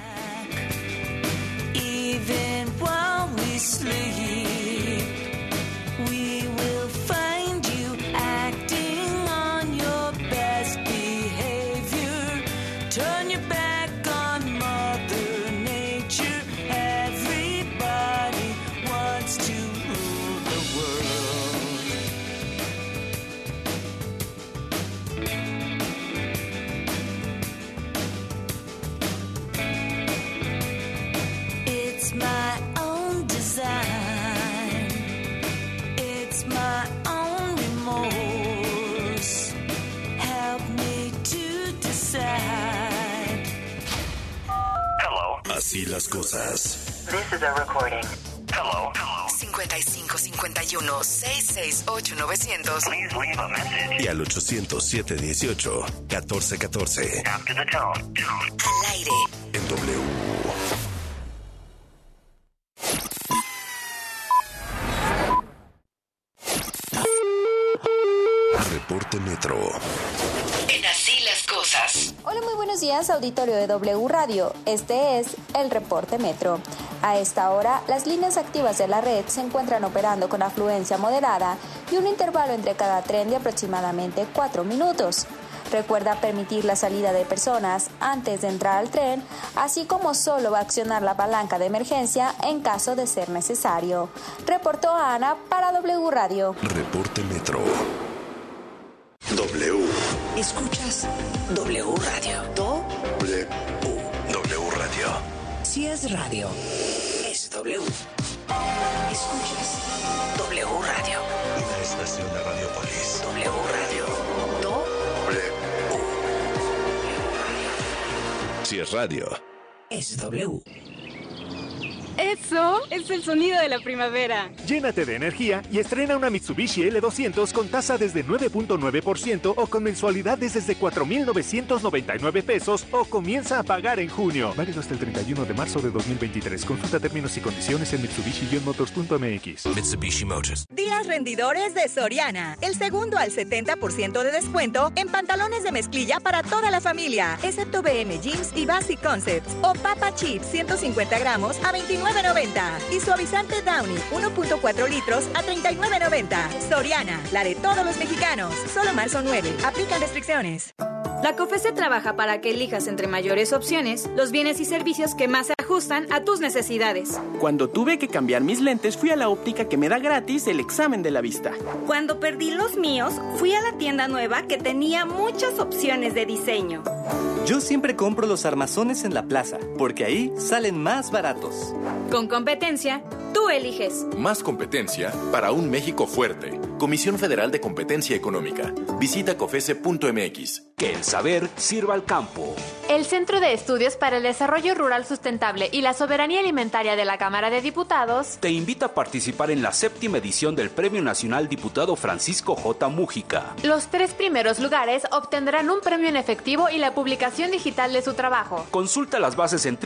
Even while we sleep, we will find you acting on your best behavior. Turn your back on Mother Nature. Everybody wants to rule the world. It's my own design. It's my own remorse. Help me to decide. Hello. Así las cosas. This is a recording. Hello. 55 51 668 900. Please leave a message. Y al 807 18 14 14. After the tone. Al aire. En W. Reporte Metro. En Así las cosas. Hola, muy buenos días, auditorio de W Radio. Este es el Reporte Metro. A esta hora, las líneas activas de la red se encuentran operando con afluencia moderada y un intervalo entre cada tren de aproximadamente 4 minutos. Recuerda permitir la salida de personas antes de entrar al tren, así como solo va a accionar la palanca de emergencia en caso de ser necesario. Reportó Ana para W Radio. Reporte Metro. W. Escuchas W Radio. W. W Radio. Si es radio, es W. Escuchas W Radio. Una estación de Radiopolis. W Radio. W. Si es radio, es W. Eso es el sonido de la primavera. Llénate de energía y estrena una Mitsubishi L200 con tasa desde 9.9% o con mensualidades desde 4,999 pesos o comienza a pagar en junio. Válido hasta el 31 de marzo de 2023. Consulta términos y condiciones en Mitsubishi-motors.mx. Mitsubishi Motors. Días rendidores de Soriana. El segundo al 70% de descuento en pantalones de mezclilla para toda la familia, excepto BM Jeans y Basic Concepts. O Papa Chips 150 gramos a $29.90. Y suavizante Downy 1.4 litros a $39.90. Soriana, la de todos los mexicanos. Solo marzo 9. Aplican restricciones. La COFESE trabaja para que elijas entre mayores opciones los bienes y servicios que más se ajustan a tus necesidades. Cuando tuve que cambiar mis lentes, fui a la óptica que me da gratis el examen de la vista. Cuando perdí los míos, fui a la tienda nueva que tenía muchas opciones de diseño. Yo siempre compro los armazones en la plaza, porque ahí salen más baratos. Con competencia, tú eliges. Más competencia para un México fuerte. Comisión Federal de Competencia Económica. Visita cofese.mx. Que el saber sirva al campo. El Centro de Estudios para el Desarrollo Rural Sustentable y la Soberanía Alimentaria de la Cámara de Diputados te invita a participar en la 7ª edición del Premio Nacional Diputado Francisco J. Mújica. Los 3 primeros lugares obtendrán un premio en efectivo y la publicación digital de su trabajo. Consulta las bases en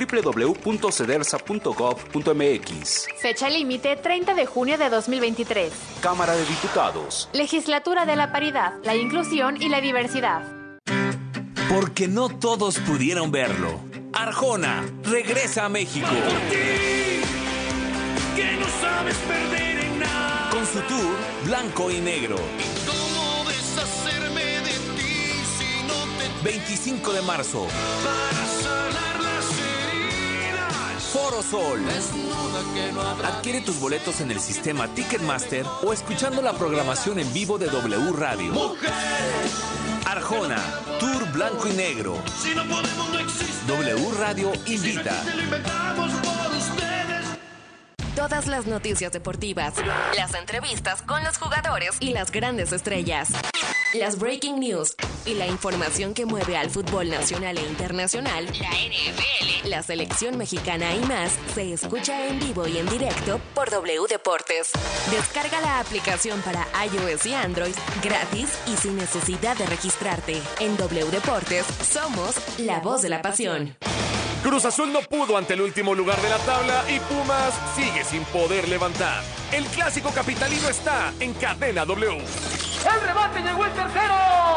www.cedersa.gov.mx. Fecha límite 30 de junio de 2023. Cámara de Diputados. Legislatura de la Paridad, la Inclusión y la Diversidad. Porque no todos pudieron verlo. Arjona regresa a México. Por ti, que no sabes perder en nada. Con su tour Blanco y Negro. ¿Cómo deshacerme de ti si no te... 25 de marzo. Para sanar las heridas. Foro Sol. Desnuda que no habrá... Adquiere tus boletos en el sistema Ticketmaster o escuchando la programación en vivo de W Radio. Mujer. Arjona, Tour Blanco y Negro. Si no podemos, no existe. W Radio invita. Si lo inventamos por ustedes. Todas las noticias deportivas, las entrevistas con los jugadores y las grandes estrellas, las breaking news y la información que mueve al fútbol nacional e internacional, la NFL, la selección mexicana y más, se escucha en vivo y en directo por W Deportes. Descarga la aplicación para iOS y Android gratis y sin necesidad de registrarte. En W Deportes somos la voz de la pasión. Cruz Azul no pudo ante el último lugar de la tabla y Pumas sigue sin poder levantar. El clásico capitalino está en Cadena W. El remate llegó el tercero.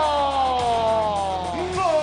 ¡Gol!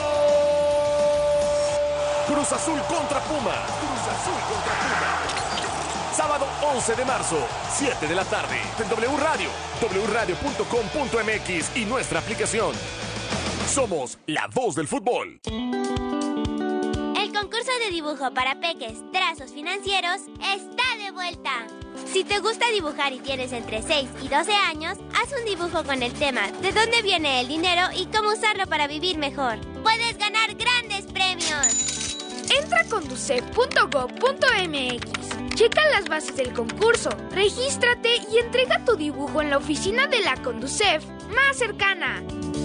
Cruz Azul contra Pumas. Cruz Azul contra Pumas. Sábado 11 de marzo, 7 de la tarde, en W Radio, wradio.com.mx y nuestra aplicación. Somos la voz del fútbol. El concurso de dibujo para peques, trazos financieros, está de vuelta. Si te gusta dibujar y tienes entre 6 y 12 años, haz un dibujo con el tema de dónde viene el dinero y cómo usarlo para vivir mejor. Puedes ganar grandes premios. Entra a conducef.gov.mx. Checa las bases del concurso, regístrate y entrega tu dibujo en la oficina de la Conducef más cercana.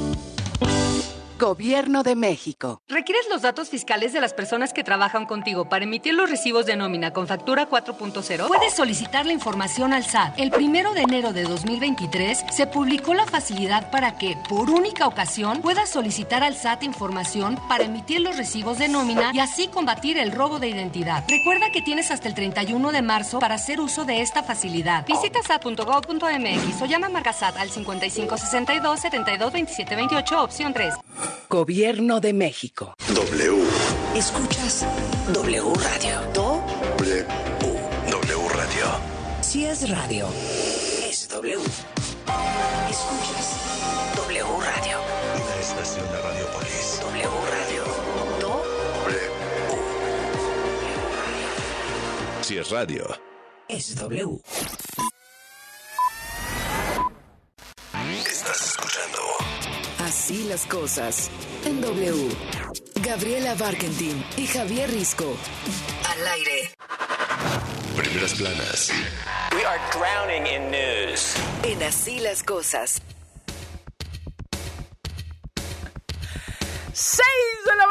Gobierno de México. ¿Requieres los datos fiscales de las personas que trabajan contigo para emitir los recibos de nómina con factura 4.0? Puedes solicitar la información al SAT. El 1 de enero de 2023 se publicó la facilidad para que, por única ocasión, puedas solicitar al SAT información para emitir los recibos de nómina y así combatir el robo de identidad. Recuerda que tienes hasta el 31 de marzo para hacer uso de esta facilidad. Visita sat.gov.mx o llama a Marcasat al 5562 72 27 28, opción 3. Gobierno de México. W. Escuchas W Radio. W Radio. Si es radio, es W. Escuchas W Radio. Una estación de Radiopolis. W Radio. W. Si es radio, es W. Estás escuchando Así las cosas en W. Gabriela Barkentin y Javier Risco. Al aire. Primeras planas. We are drowning in news. En Así las cosas. 6 de la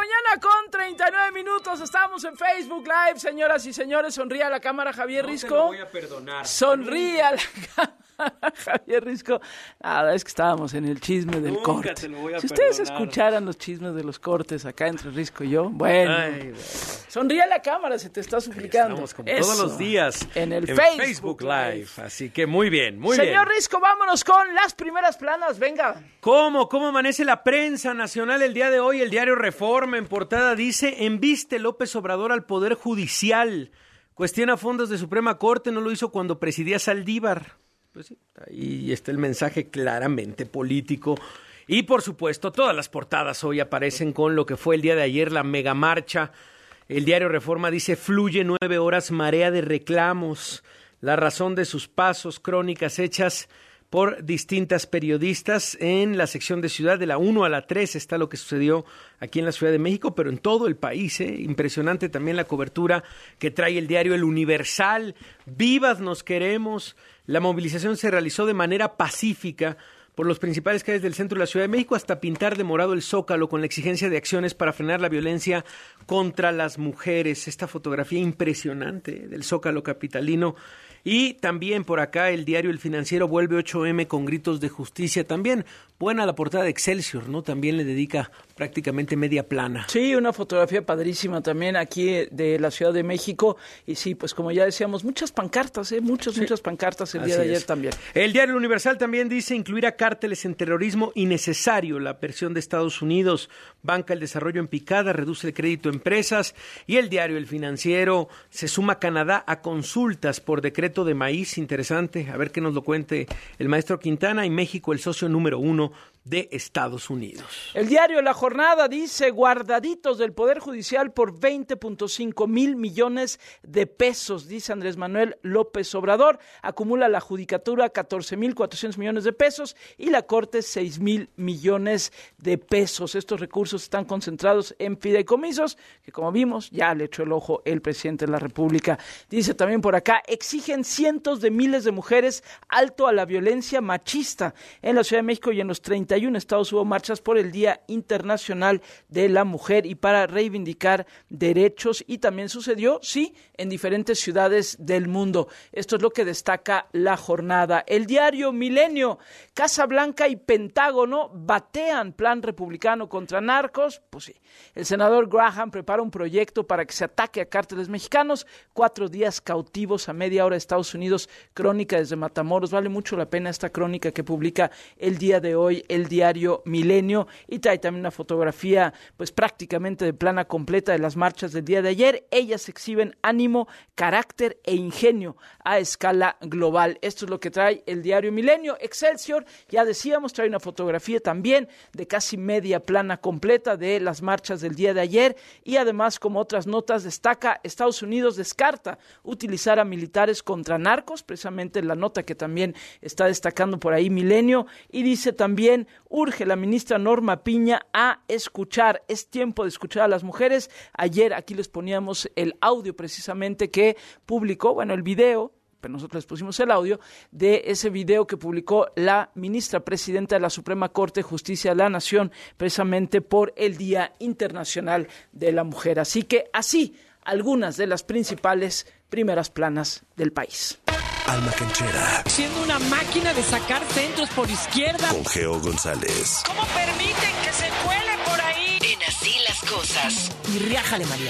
mañana con 39 minutos. Estamos en Facebook Live, señoras y señores. Sonríe a la cámara, Javier Risco. No te lo voy a perdonar. Sonríe a la cámara, Javier Risco. Nada, es que estábamos en el chisme del corte. Te lo voy a si ustedes perdonar. escucharan los chismes de los cortes acá entre Risco y yo, bueno. Sonríe a la cámara, se te está suplicando. Estamos como todos los días en el Facebook Live. Así que muy bien, muy bien. Señor Risco, vámonos con las primeras planas, venga. ¿Cómo amanece la prensa nacional el día de hoy? El diario Reforma en portada dice: embiste López Obrador al Poder Judicial. Cuestiona fondos de Suprema Corte, no lo hizo cuando presidía Saldívar. Pues sí, ahí está el mensaje claramente político. Y por supuesto, todas las portadas hoy aparecen con lo que fue el día de ayer, la megamarcha. El diario Reforma dice: fluye 9 horas marea de reclamos. La razón de sus pasos, crónicas hechas por distintas periodistas. En la sección de Ciudad, de la 1 a la 3, está lo que sucedió aquí en la Ciudad de México, pero en todo el país. Impresionante también la cobertura que trae el diario El Universal. Vivas nos queremos. La movilización se realizó de manera pacífica por los principales calles del centro de la Ciudad de México, hasta pintar de morado el Zócalo con la exigencia de acciones para frenar la violencia contra las mujeres. Esta fotografía impresionante del Zócalo capitalino. Y también por acá el diario El Financiero vuelve 8M con gritos de justicia. También buena la portada de Excelsior, ¿no? También le dedica prácticamente media plana. Sí, una fotografía padrísima también aquí de la Ciudad de México. Y sí, pues como ya decíamos, muchas pancartas, muchas pancartas el día de ayer también. El diario Universal también dice: incluir a cárteles en terrorismo innecesario. La presión de Estados Unidos banca el desarrollo en picada, reduce el crédito a empresas. Y el diario El Financiero: se suma Canadá a consultas por decreto de maíz. Interesante, a ver qué nos lo cuente el maestro Quintana. Y México, el socio número 1 de Estados Unidos. El diario La Jornada dice: guardaditos del Poder Judicial por 20.5 mil millones de pesos, dice Andrés Manuel López Obrador. Acumula la judicatura 14.400 millones de pesos y la Corte 6.000 millones de pesos. Estos recursos están concentrados en fideicomisos, que como vimos ya le echó el ojo el presidente de la República. Dice también por acá: exigen cientos de miles de mujeres alto a la violencia machista. En la Ciudad de México y en los 31 estados hubo marchas por el Día Internacional de la Mujer y para reivindicar derechos, y también sucedió, sí, en diferentes ciudades del mundo. Esto es lo que destaca La Jornada. El diario Milenio: Casa Blanca y Pentágono batean plan republicano contra narcos. Pues sí, el senador Graham prepara un proyecto para que se ataque a cárteles mexicanos. 4 días cautivos a media hora de Estados Unidos. Crónica desde Matamoros. Vale mucho la pena esta crónica que publica el día de hoy el diario Milenio, y trae también una fotografía pues prácticamente de plana completa de las marchas del día de ayer. Ellas exhiben ánimo, carácter e ingenio a escala global. Esto es lo que trae el diario Milenio. Excelsior, ya decíamos, trae una fotografía también de casi media plana completa de las marchas del día de ayer, y además, como otras notas, destaca: Estados Unidos descarta utilizar a militares contra narcos, precisamente la nota que también está destacando por ahí Milenio. Y dice también: urge la ministra Norma Piña a escuchar, es tiempo de escuchar a las mujeres. Ayer aquí les poníamos el audio precisamente que publicó, bueno, el video, pero nosotros les pusimos el audio de ese video que publicó la ministra presidenta de la Suprema Corte de Justicia de la Nación, precisamente por el Día Internacional de la Mujer. Así que así, algunas de las principales primeras planas del país. Alma Canchera. Siendo una máquina de sacar centros por izquierda. Con Geo González. ¿Cómo permiten que se cuele por ahí? En Así las Cosas. Y riájale, María.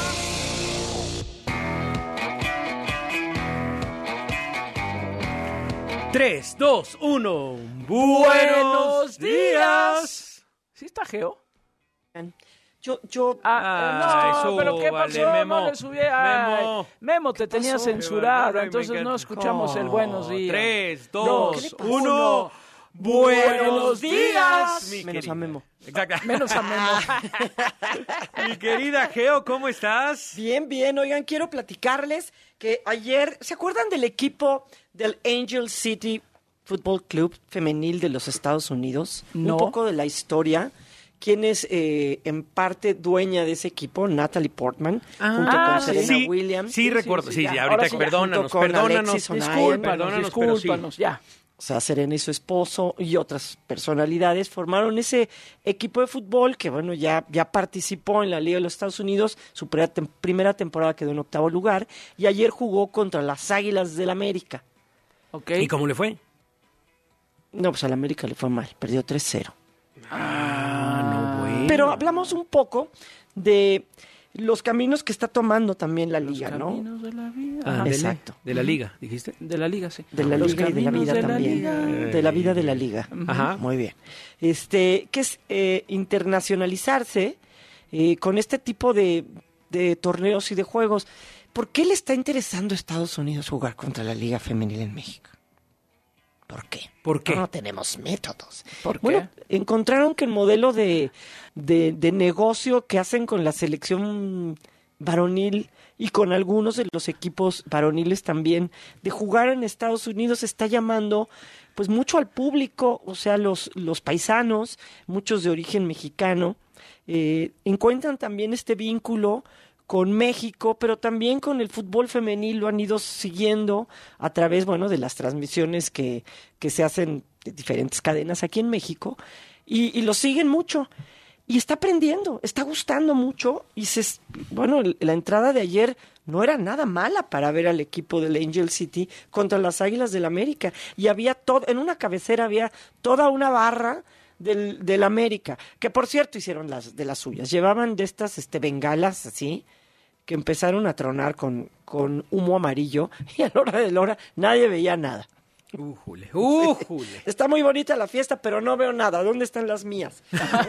Tres, dos, uno. Buenos días. ¿Sí está Geo? Yo. No, pero ¿qué pasó? Vale, Memo. No le subí. Memo, te tenía censurada, entonces no escuchamos el buenos días. 3, 2, 1. Buenos días. Menos a Memo. Exacto. Menos a Memo. Mi querida Geo, ¿cómo estás? Bien. Oigan, quiero platicarles que ayer, ¿se acuerdan del equipo del Angel City Football Club femenil de los Estados Unidos? No. Un poco de la historia. ¿Quién es en parte dueña de ese equipo? Natalie Portman, junto con Serena Williams. Sí, recuerdo. Sí, ya. ahorita perdónanos. Discúlpanos, Pero sí. ya. O sea, Serena y su esposo y otras personalidades formaron ese equipo de fútbol que, bueno, ya participó en la Liga de los Estados Unidos. Su primera temporada quedó en 8º lugar y ayer jugó contra las Águilas del América. ¿Y cómo le fue? No, pues al América le fue mal, perdió 3-0. No, bueno. Pero hablamos un poco de los caminos que está tomando también la liga, ¿no? Los caminos de la vida. Exacto. De la liga, dijiste. De la liga, sí. De la liga y de la vida también. De la vida de la liga. Ajá. Muy bien. Que es internacionalizarse con este tipo de torneos y de juegos. ¿Por qué le está interesando a Estados Unidos jugar contra la Liga Femenil en México? ¿Por qué? ¿Por qué? No tenemos métodos. ¿Por qué? Bueno, encontraron que el modelo de negocio que hacen con la selección varonil y con algunos de los equipos varoniles también, de jugar en Estados Unidos, está llamando pues mucho al público, o sea, los paisanos, muchos de origen mexicano, encuentran también este vínculo con México, pero también con el fútbol femenil. Lo han ido siguiendo a través, bueno, de las transmisiones que se hacen de diferentes cadenas aquí en México, y lo siguen mucho. Y está aprendiendo, está gustando mucho, y bueno, la entrada de ayer no era nada mala para ver al equipo del Angel City contra las Águilas del América, y había en una cabecera había toda una barra del América, que por cierto hicieron de las suyas, llevaban de estas bengalas así, que empezaron a tronar con humo amarillo, y a la hora de la hora nadie veía nada. ¡Újule! Está muy bonita la fiesta, pero no veo nada. ¿Dónde están las mías?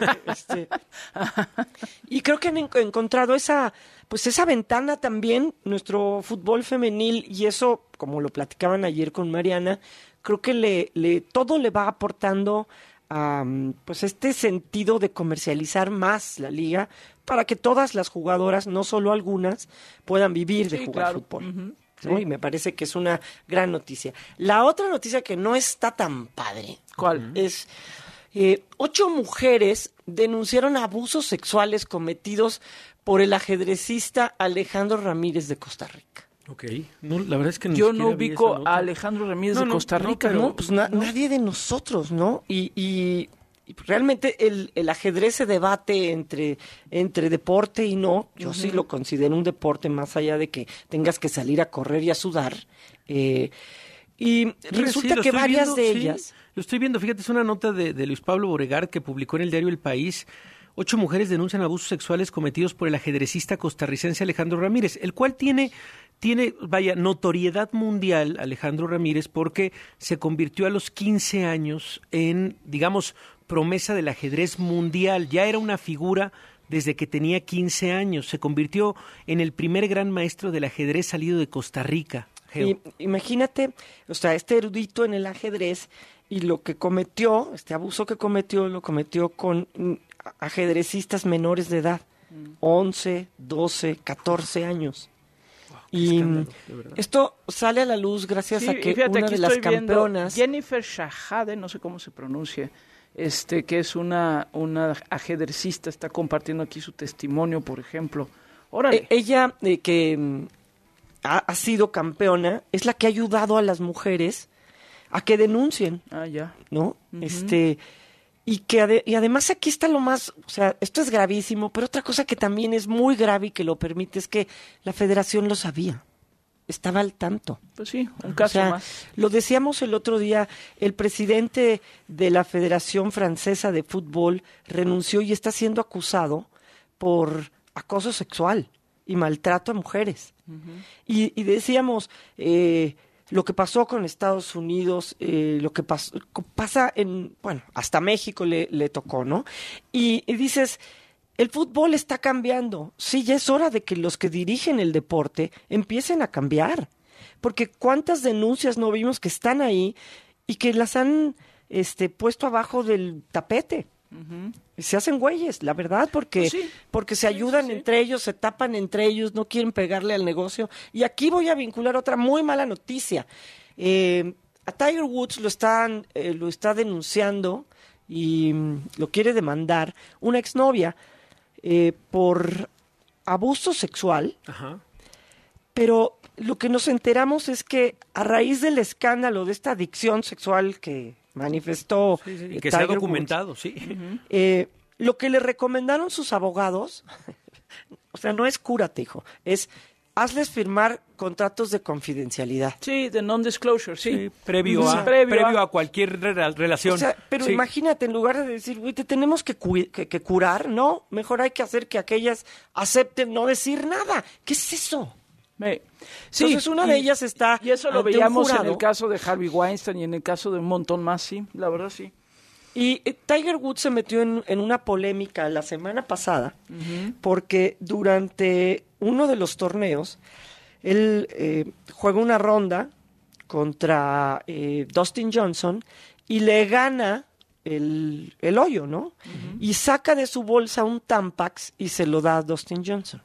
Y creo que han encontrado esa ventana también, nuestro fútbol femenil, y eso, como lo platicaban ayer con Mariana, creo que todo le va aportando pues este sentido de comercializar más la liga para que todas las jugadoras, no solo algunas, puedan vivir de jugar fútbol. Uh-huh. ¿No? Y me parece que es una gran noticia. La otra noticia que no está tan padre, ¿cuál? Es 8 mujeres denunciaron abusos sexuales cometidos por el ajedrecista Alejandro Ramírez de Costa Rica. Ok, no, la verdad es que yo no ubico a Alejandro Ramírez de Costa Rica. No, pues nadie de nosotros, ¿no? Y realmente el ajedrez se debate entre deporte y no. Yo sí lo considero un deporte, más allá de que tengas que salir a correr y a sudar. Y resulta que varias de ellas... Lo estoy viendo, fíjate, es una nota de Luis Pablo Boregard que publicó en el diario El País. 8 mujeres denuncian abusos sexuales cometidos por el ajedrecista costarricense Alejandro Ramírez, el cual tiene notoriedad mundial, Alejandro Ramírez, porque se convirtió a los 15 años en, digamos, promesa del ajedrez mundial. Ya era una figura desde que tenía 15 años. Se convirtió en el primer gran maestro del ajedrez salido de Costa Rica. Imagínate, o sea, este erudito en el ajedrez, y lo que cometió, este abuso que cometió, lo cometió con ajedrecistas menores de edad, 11, 12, 14 años. Y esto sale a la luz gracias a que una de las campeonas... Jennifer Shahade, no sé cómo se pronuncia, que es una ajedrecista, está compartiendo aquí su testimonio, por ejemplo. Órale. Ella, que ha sido campeona, es la que ha ayudado a las mujeres a que denuncien. Ah, ya. ¿No? Uh-huh. Y además aquí está lo más, o sea, esto es gravísimo, pero otra cosa que también es muy grave y que lo permite es que la federación lo sabía, estaba al tanto. Pues sí, un caso más. Lo decíamos el otro día, el presidente de la Federación Francesa de Fútbol renunció y está siendo acusado por acoso sexual y maltrato a mujeres. Uh-huh. Y decíamos... lo que pasó con Estados Unidos, lo que pasa hasta México le tocó, ¿no? Y dices, el fútbol está cambiando. Sí, ya es hora de que los que dirigen el deporte empiecen a cambiar. Porque cuántas denuncias no vimos que están ahí y que las han puesto abajo del tapete. Uh-huh. Se hacen güeyes, la verdad, porque se ayudan entre ellos, se tapan entre ellos, no quieren pegarle al negocio. Y aquí voy a vincular otra muy mala noticia. A Tiger Woods lo está denunciando y lo quiere demandar una exnovia por abuso sexual. Ajá. Pero lo que nos enteramos es que a raíz del escándalo de esta adicción sexual que manifestó y que se ha documentado, Woods, lo que le recomendaron sus abogados, o sea, no es cúrate, hijo, es hazles firmar contratos de confidencialidad. Sí, de non-disclosure, sí. Previo a cualquier relación. O sea, pero imagínate, en lugar de decir, güey, te tenemos que curar, no, mejor hay que hacer que aquellas acepten no decir nada. ¿Qué es eso? Sí, entonces una de ellas está... Y eso lo veíamos en el caso de Harvey Weinstein y en el caso de un montón más, sí, la verdad sí. Y Tiger Woods se metió en una polémica la semana pasada porque durante uno de los torneos él juega una ronda contra Dustin Johnson y le gana el hoyo, ¿no? Y saca de su bolsa un Tampax y se lo da a Dustin Johnson.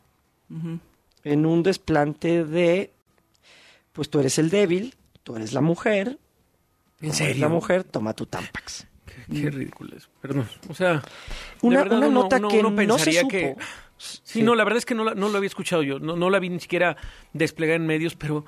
En un desplante de, pues tú eres el débil, tú eres la mujer. ¿En serio? Eres la mujer, toma tu Tampax. Qué ridículo es. Perdón. O sea, una nota que no se supo. Sí, no, la verdad es que no lo había escuchado yo. No la vi ni siquiera desplegar en medios, pero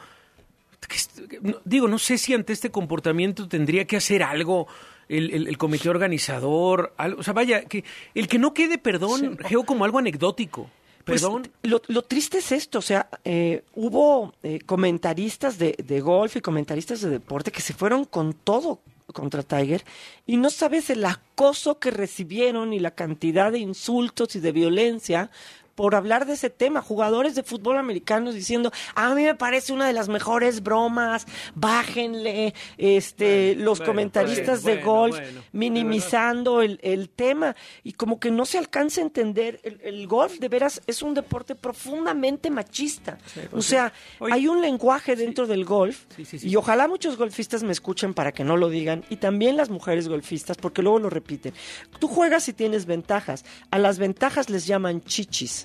digo, no sé si ante este comportamiento tendría que hacer algo el comité organizador. O sea, vaya, que el que no quede, perdón, Geo, como algo anecdótico. Perdón. Pues, lo triste es esto, o sea, hubo comentaristas de golf y comentaristas de deporte que se fueron con todo contra Tiger y no sabes el acoso que recibieron y la cantidad de insultos y de violencia por hablar de ese tema. Jugadores de fútbol americanos diciendo, a mí me parece una de las mejores bromas, bájenle, los comentaristas de golf minimizando el tema, y como que no se alcanza a entender, el golf de veras es un deporte profundamente machista. O sea, hay un lenguaje dentro del golf, y ojalá muchos golfistas me escuchen para que no lo digan, y también las mujeres golfistas, porque luego lo repiten. Tú juegas y tienes ventajas, a las ventajas les llaman chichis,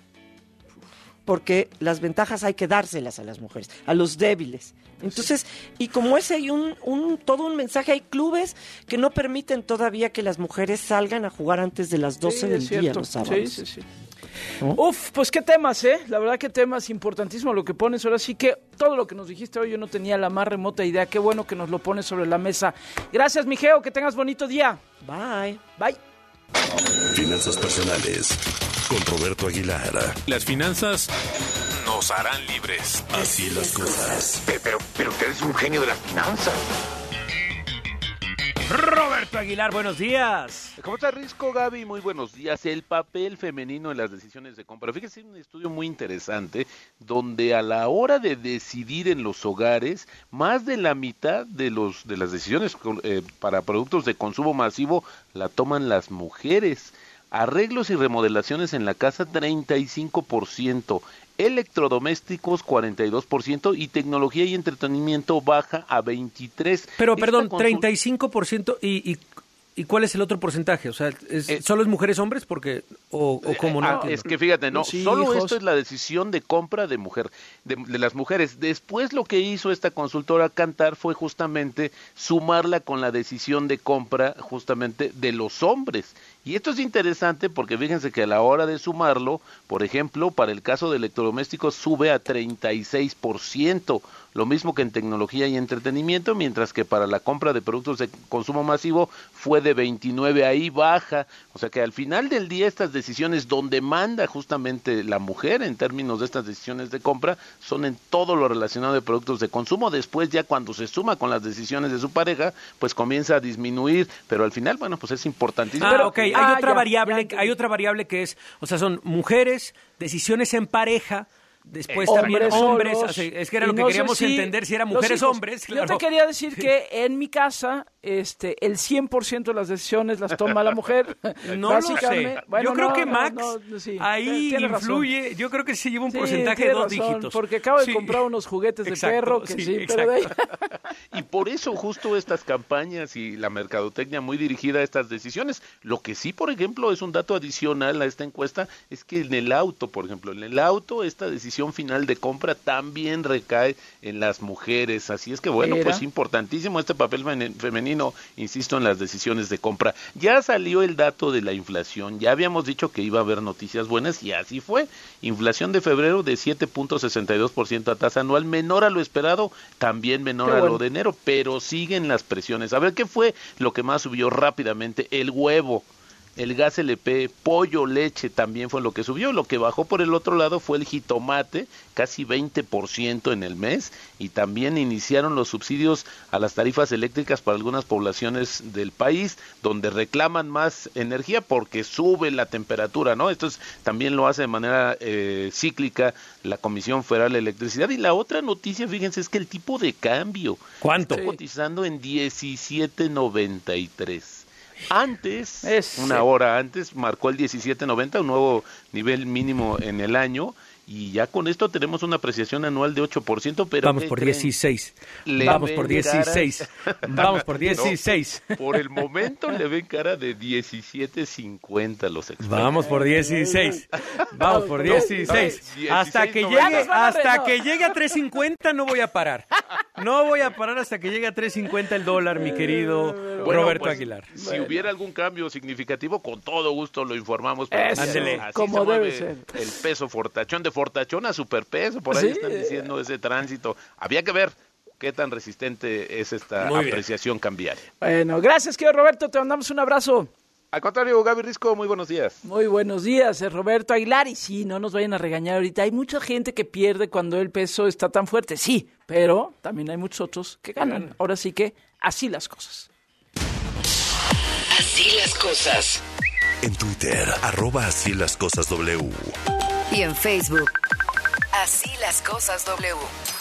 porque las ventajas hay que dárselas a las mujeres, a los débiles. Entonces, y como ese hay todo un mensaje, hay clubes que no permiten todavía que las mujeres salgan a jugar antes de las 12 del día los sábados. Sí. ¿No? Uf, pues qué temas, la verdad que temas importantísimo lo que pones. Ahora sí que todo lo que nos dijiste hoy yo no tenía la más remota idea. Qué bueno que nos lo pones sobre la mesa. Gracias, mi Geo, que tengas bonito día. Bye. Finanzas personales con Roberto Aguilar. Las finanzas nos harán libres. Así las cosas. Pero usted es un genio de las finanzas. Roberto Aguilar, buenos días. ¿Cómo está, Risco, Gaby? Muy buenos días. El papel femenino en las decisiones de compra. Fíjese, es un estudio muy interesante donde a la hora de decidir en los hogares, más de la mitad de las decisiones para productos de consumo masivo la toman las mujeres. Arreglos y remodelaciones en la casa, 35%. Electrodomésticos 42% y tecnología y entretenimiento baja a 23%. Pero perdón, 35% ¿y cuál es el otro porcentaje? O sea, ¿solo es mujeres hombres? Porque o cómo no. Es que fíjate, no, sí, solo hijos. Esto es la decisión de compra de las mujeres. Después lo que hizo esta consultora Kantar fue justamente sumarla con la decisión de compra justamente de los hombres. Y esto es interesante porque fíjense que a la hora de sumarlo, por ejemplo, para el caso de electrodomésticos sube a 36%, lo mismo que en tecnología y entretenimiento, mientras que para la compra de productos de consumo masivo fue de 29%, ahí baja. O sea que al final del día estas decisiones donde manda justamente la mujer en términos de estas decisiones de compra son en todo lo relacionado de productos de consumo. Después ya cuando se suma con las decisiones de su pareja, pues comienza a disminuir, pero al final, bueno, pues es importantísimo. Hay otra variable que es, o sea, son mujeres, decisiones en pareja, después también hombres, es que era lo que queríamos entender, si eran mujeres o hombres. Claro. Yo te quería decir que en mi casa el 100% de las decisiones las toma la mujer. No lo sé. Bueno, yo creo que Max ahí influye, razón. Yo creo que se lleva un porcentaje de 2 dígitos. Porque acabo de comprar unos juguetes de perro que pero de ahí. Y por eso justo estas campañas y la mercadotecnia muy dirigida a estas decisiones. Lo que sí, por ejemplo, es un dato adicional a esta encuesta, es que en el auto, por ejemplo, esta decisión decisión final de compra también recae en las mujeres. Así es que bueno, pues importantísimo este papel femenino, insisto, en las decisiones de compra. Ya salió el dato de la inflación, ya habíamos dicho que iba a haber noticias buenas y así fue. Inflación de febrero de 7.62% a tasa anual, menor a lo esperado, también menor a lo de enero, pero siguen las presiones. A ver, ¿qué fue lo que más subió rápidamente? El huevo, el gas LP, pollo, leche también fue lo que subió. Lo que bajó por el otro lado fue el jitomate, casi 20% en el mes, y también iniciaron los subsidios a las tarifas eléctricas para algunas poblaciones del país, donde reclaman más energía porque sube la temperatura, ¿no? Esto también lo hace de manera cíclica la Comisión Federal de Electricidad. Y la otra noticia, fíjense, es que el tipo de cambio ¿cuánto? Está cotizando en 17.93. Antes, una hora antes, marcó el 17.90, un nuevo nivel mínimo en el año, y ya con esto tenemos una apreciación anual de 8%, pero vamos por 16. Vamos por 16. Vamos por 16. No, por el momento le ven cara de 17.50 los expertos. Vamos por 16. Vamos por 16. Hasta que llegue a 3.50 no voy a parar. No voy a parar hasta que llegue a 3.50 el dólar, mi querido Roberto Aguilar. Si hubiera algún cambio significativo, con todo gusto lo informamos. Ándele, como debe ser. El peso fortachón, de fortachón a superpeso, por ahí están diciendo ese tránsito. Había que ver qué tan resistente es esta apreciación cambiaria. Bueno, gracias, querido Roberto, te mandamos un abrazo. Al contrario, Gaby Risco, muy buenos días. Muy buenos días, Roberto Aguilar. Y sí, no nos vayan a regañar ahorita. Hay mucha gente que pierde cuando el peso está tan fuerte. Sí, pero también hay muchos otros que ganan. Ahora sí que así las cosas. Así las cosas. En Twitter, @así las cosas W. Y en Facebook, Así las cosas W.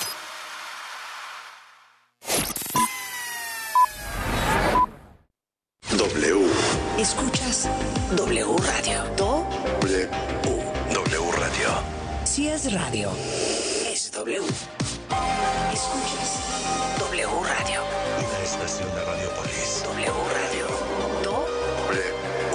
W. Escuchas W Radio. W. W Radio. Si es radio, es W. Escuchas W Radio. Y la estación de Radiopolis. W Radio. W.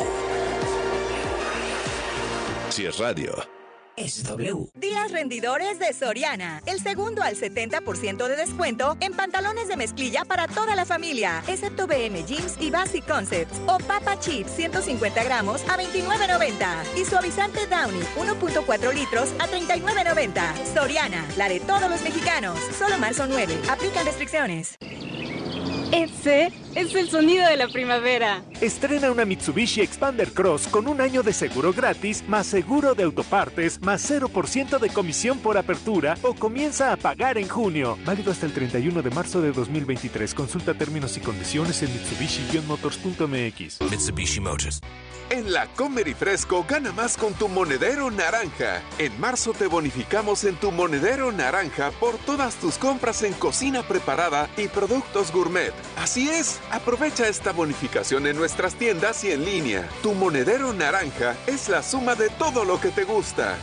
Si es radio, es W. Días rendidores de Soriana. El segundo al 70% de descuento en pantalones de mezclilla para toda la familia, excepto BM Jeans y Basic Concepts. O Papa Chips 150 gramos a $29.90. Y suavizante Downy 1.4 litros a $39.90. Soriana, la de todos los mexicanos. Solo marzo 9. Aplican restricciones. Ese es el sonido de la primavera. Estrena una Mitsubishi Expander Cross con un año de seguro gratis, más seguro de autopartes, más 0% de comisión por apertura o comienza a pagar en junio. Válido hasta el 31 de marzo de 2023. Consulta términos y condiciones en Mitsubishi-motors.mx. Mitsubishi Motors. En la Comer y Fresco gana más con tu monedero naranja. En marzo te bonificamos en tu monedero naranja por todas tus compras en cocina preparada y productos gourmet. Así es, aprovecha esta bonificación en nuestras tiendas y en línea. Tu monedero naranja es la suma de todo lo que te gusta.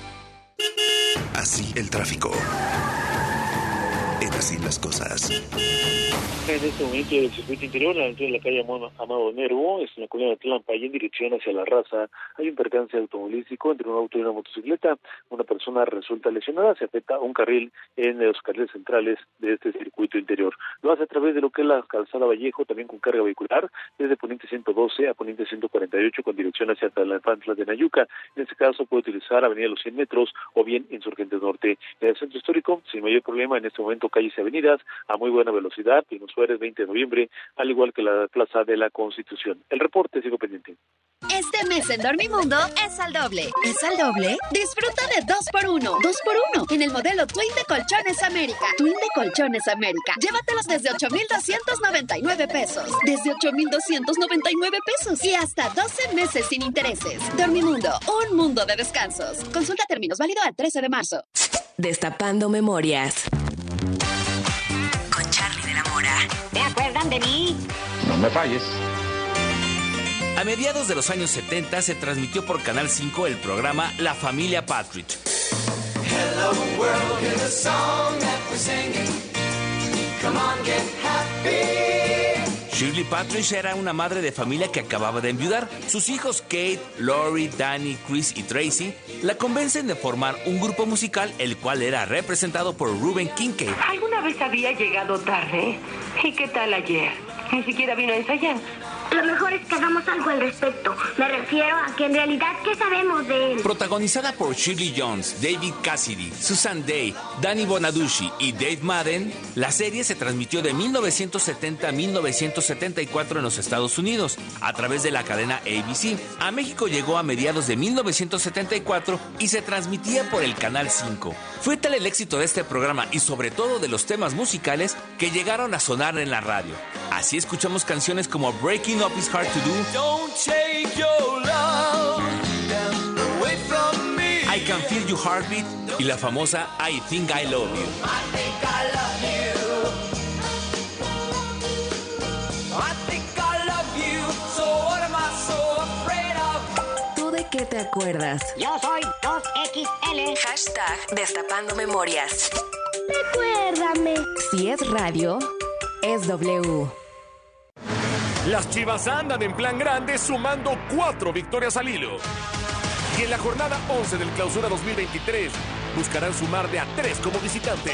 Así el tráfico. En Así las cosas. En este momento del circuito interior, a la altura de la calle Amado Nervo, es en la colonia de Tlalpan y en dirección hacia La Raza, hay un percance automovilístico entre un auto y una motocicleta. Una persona resulta lesionada, se afecta un carril en los carriles centrales de este circuito interior. Lo hace a través de lo que es la calzada Vallejo, también con carga vehicular, desde Poniente 112 a Poniente 148 con dirección hacia Tlalpan de Nayuca. En este caso puede utilizar Avenida Los 100 Metros o bien Insurgentes Norte. En el centro histórico, sin mayor problema, en este momento calles y avenidas a muy buena velocidad, Pino Suárez 20 de noviembre, al igual que la Plaza de la Constitución. El reporte, sigo pendiente. Este mes en Dormimundo es al doble. ¿Es al doble? Disfruta de 2x1. 2x1 en el modelo Twin de Colchones América. Twin de Colchones América. Llévatelos desde 8,299 pesos. Desde 8,299 pesos. Y hasta 12 meses sin intereses. Dormimundo, un mundo de descansos. Consulta términos, válido al 13 de marzo. Destapando memorias. Con Charlie de la Mora. ¿Te acuerdan de mí? No me falles. A mediados de los años 70 se transmitió por Canal 5 el programa La Familia Partridge. Hello world, here's a song that we're singing. Come on, get happy. Shirley Shirley Patrick era una madre de familia que acababa de enviudar. Sus hijos Kate, Lori, Danny, Chris y Tracy la convencen de formar un grupo musical, el cual era representado por Ruben Kincaid. ¿Alguna vez había llegado tarde? ¿Y qué tal ayer? Ni siquiera vino a ensayar. Lo mejor es que hagamos algo al respecto. Me refiero a que en realidad, ¿qué sabemos de él? Protagonizada por Shirley Jones, David Cassidy, Susan Day, Danny Bonaducci y Dave Madden, la serie se transmitió de 1970 a 1974 en los Estados Unidos, a través de la cadena ABC. A México llegó a mediados de 1974 y se transmitía por el Canal 5. Fue tal el éxito de este programa y sobre todo de los temas musicales que llegaron a sonar en la radio. Así escuchamos canciones como Breaking Up Is Hard to Do, Don't take your love away from me. I Can Feel Your Heartbeat y la famosa I Think I Love You. I think I love you. I think I love you. So what am I so afraid of? ¿Tú de qué te acuerdas? Yo soy 2XL. Hashtag Destapando Memorias. Recuérdame. Si es radio, es W. Las Chivas andan en plan grande sumando 4 victorias al hilo. Y en la jornada 11 del Clausura 2023 buscarán sumar de a 3 como visitantes.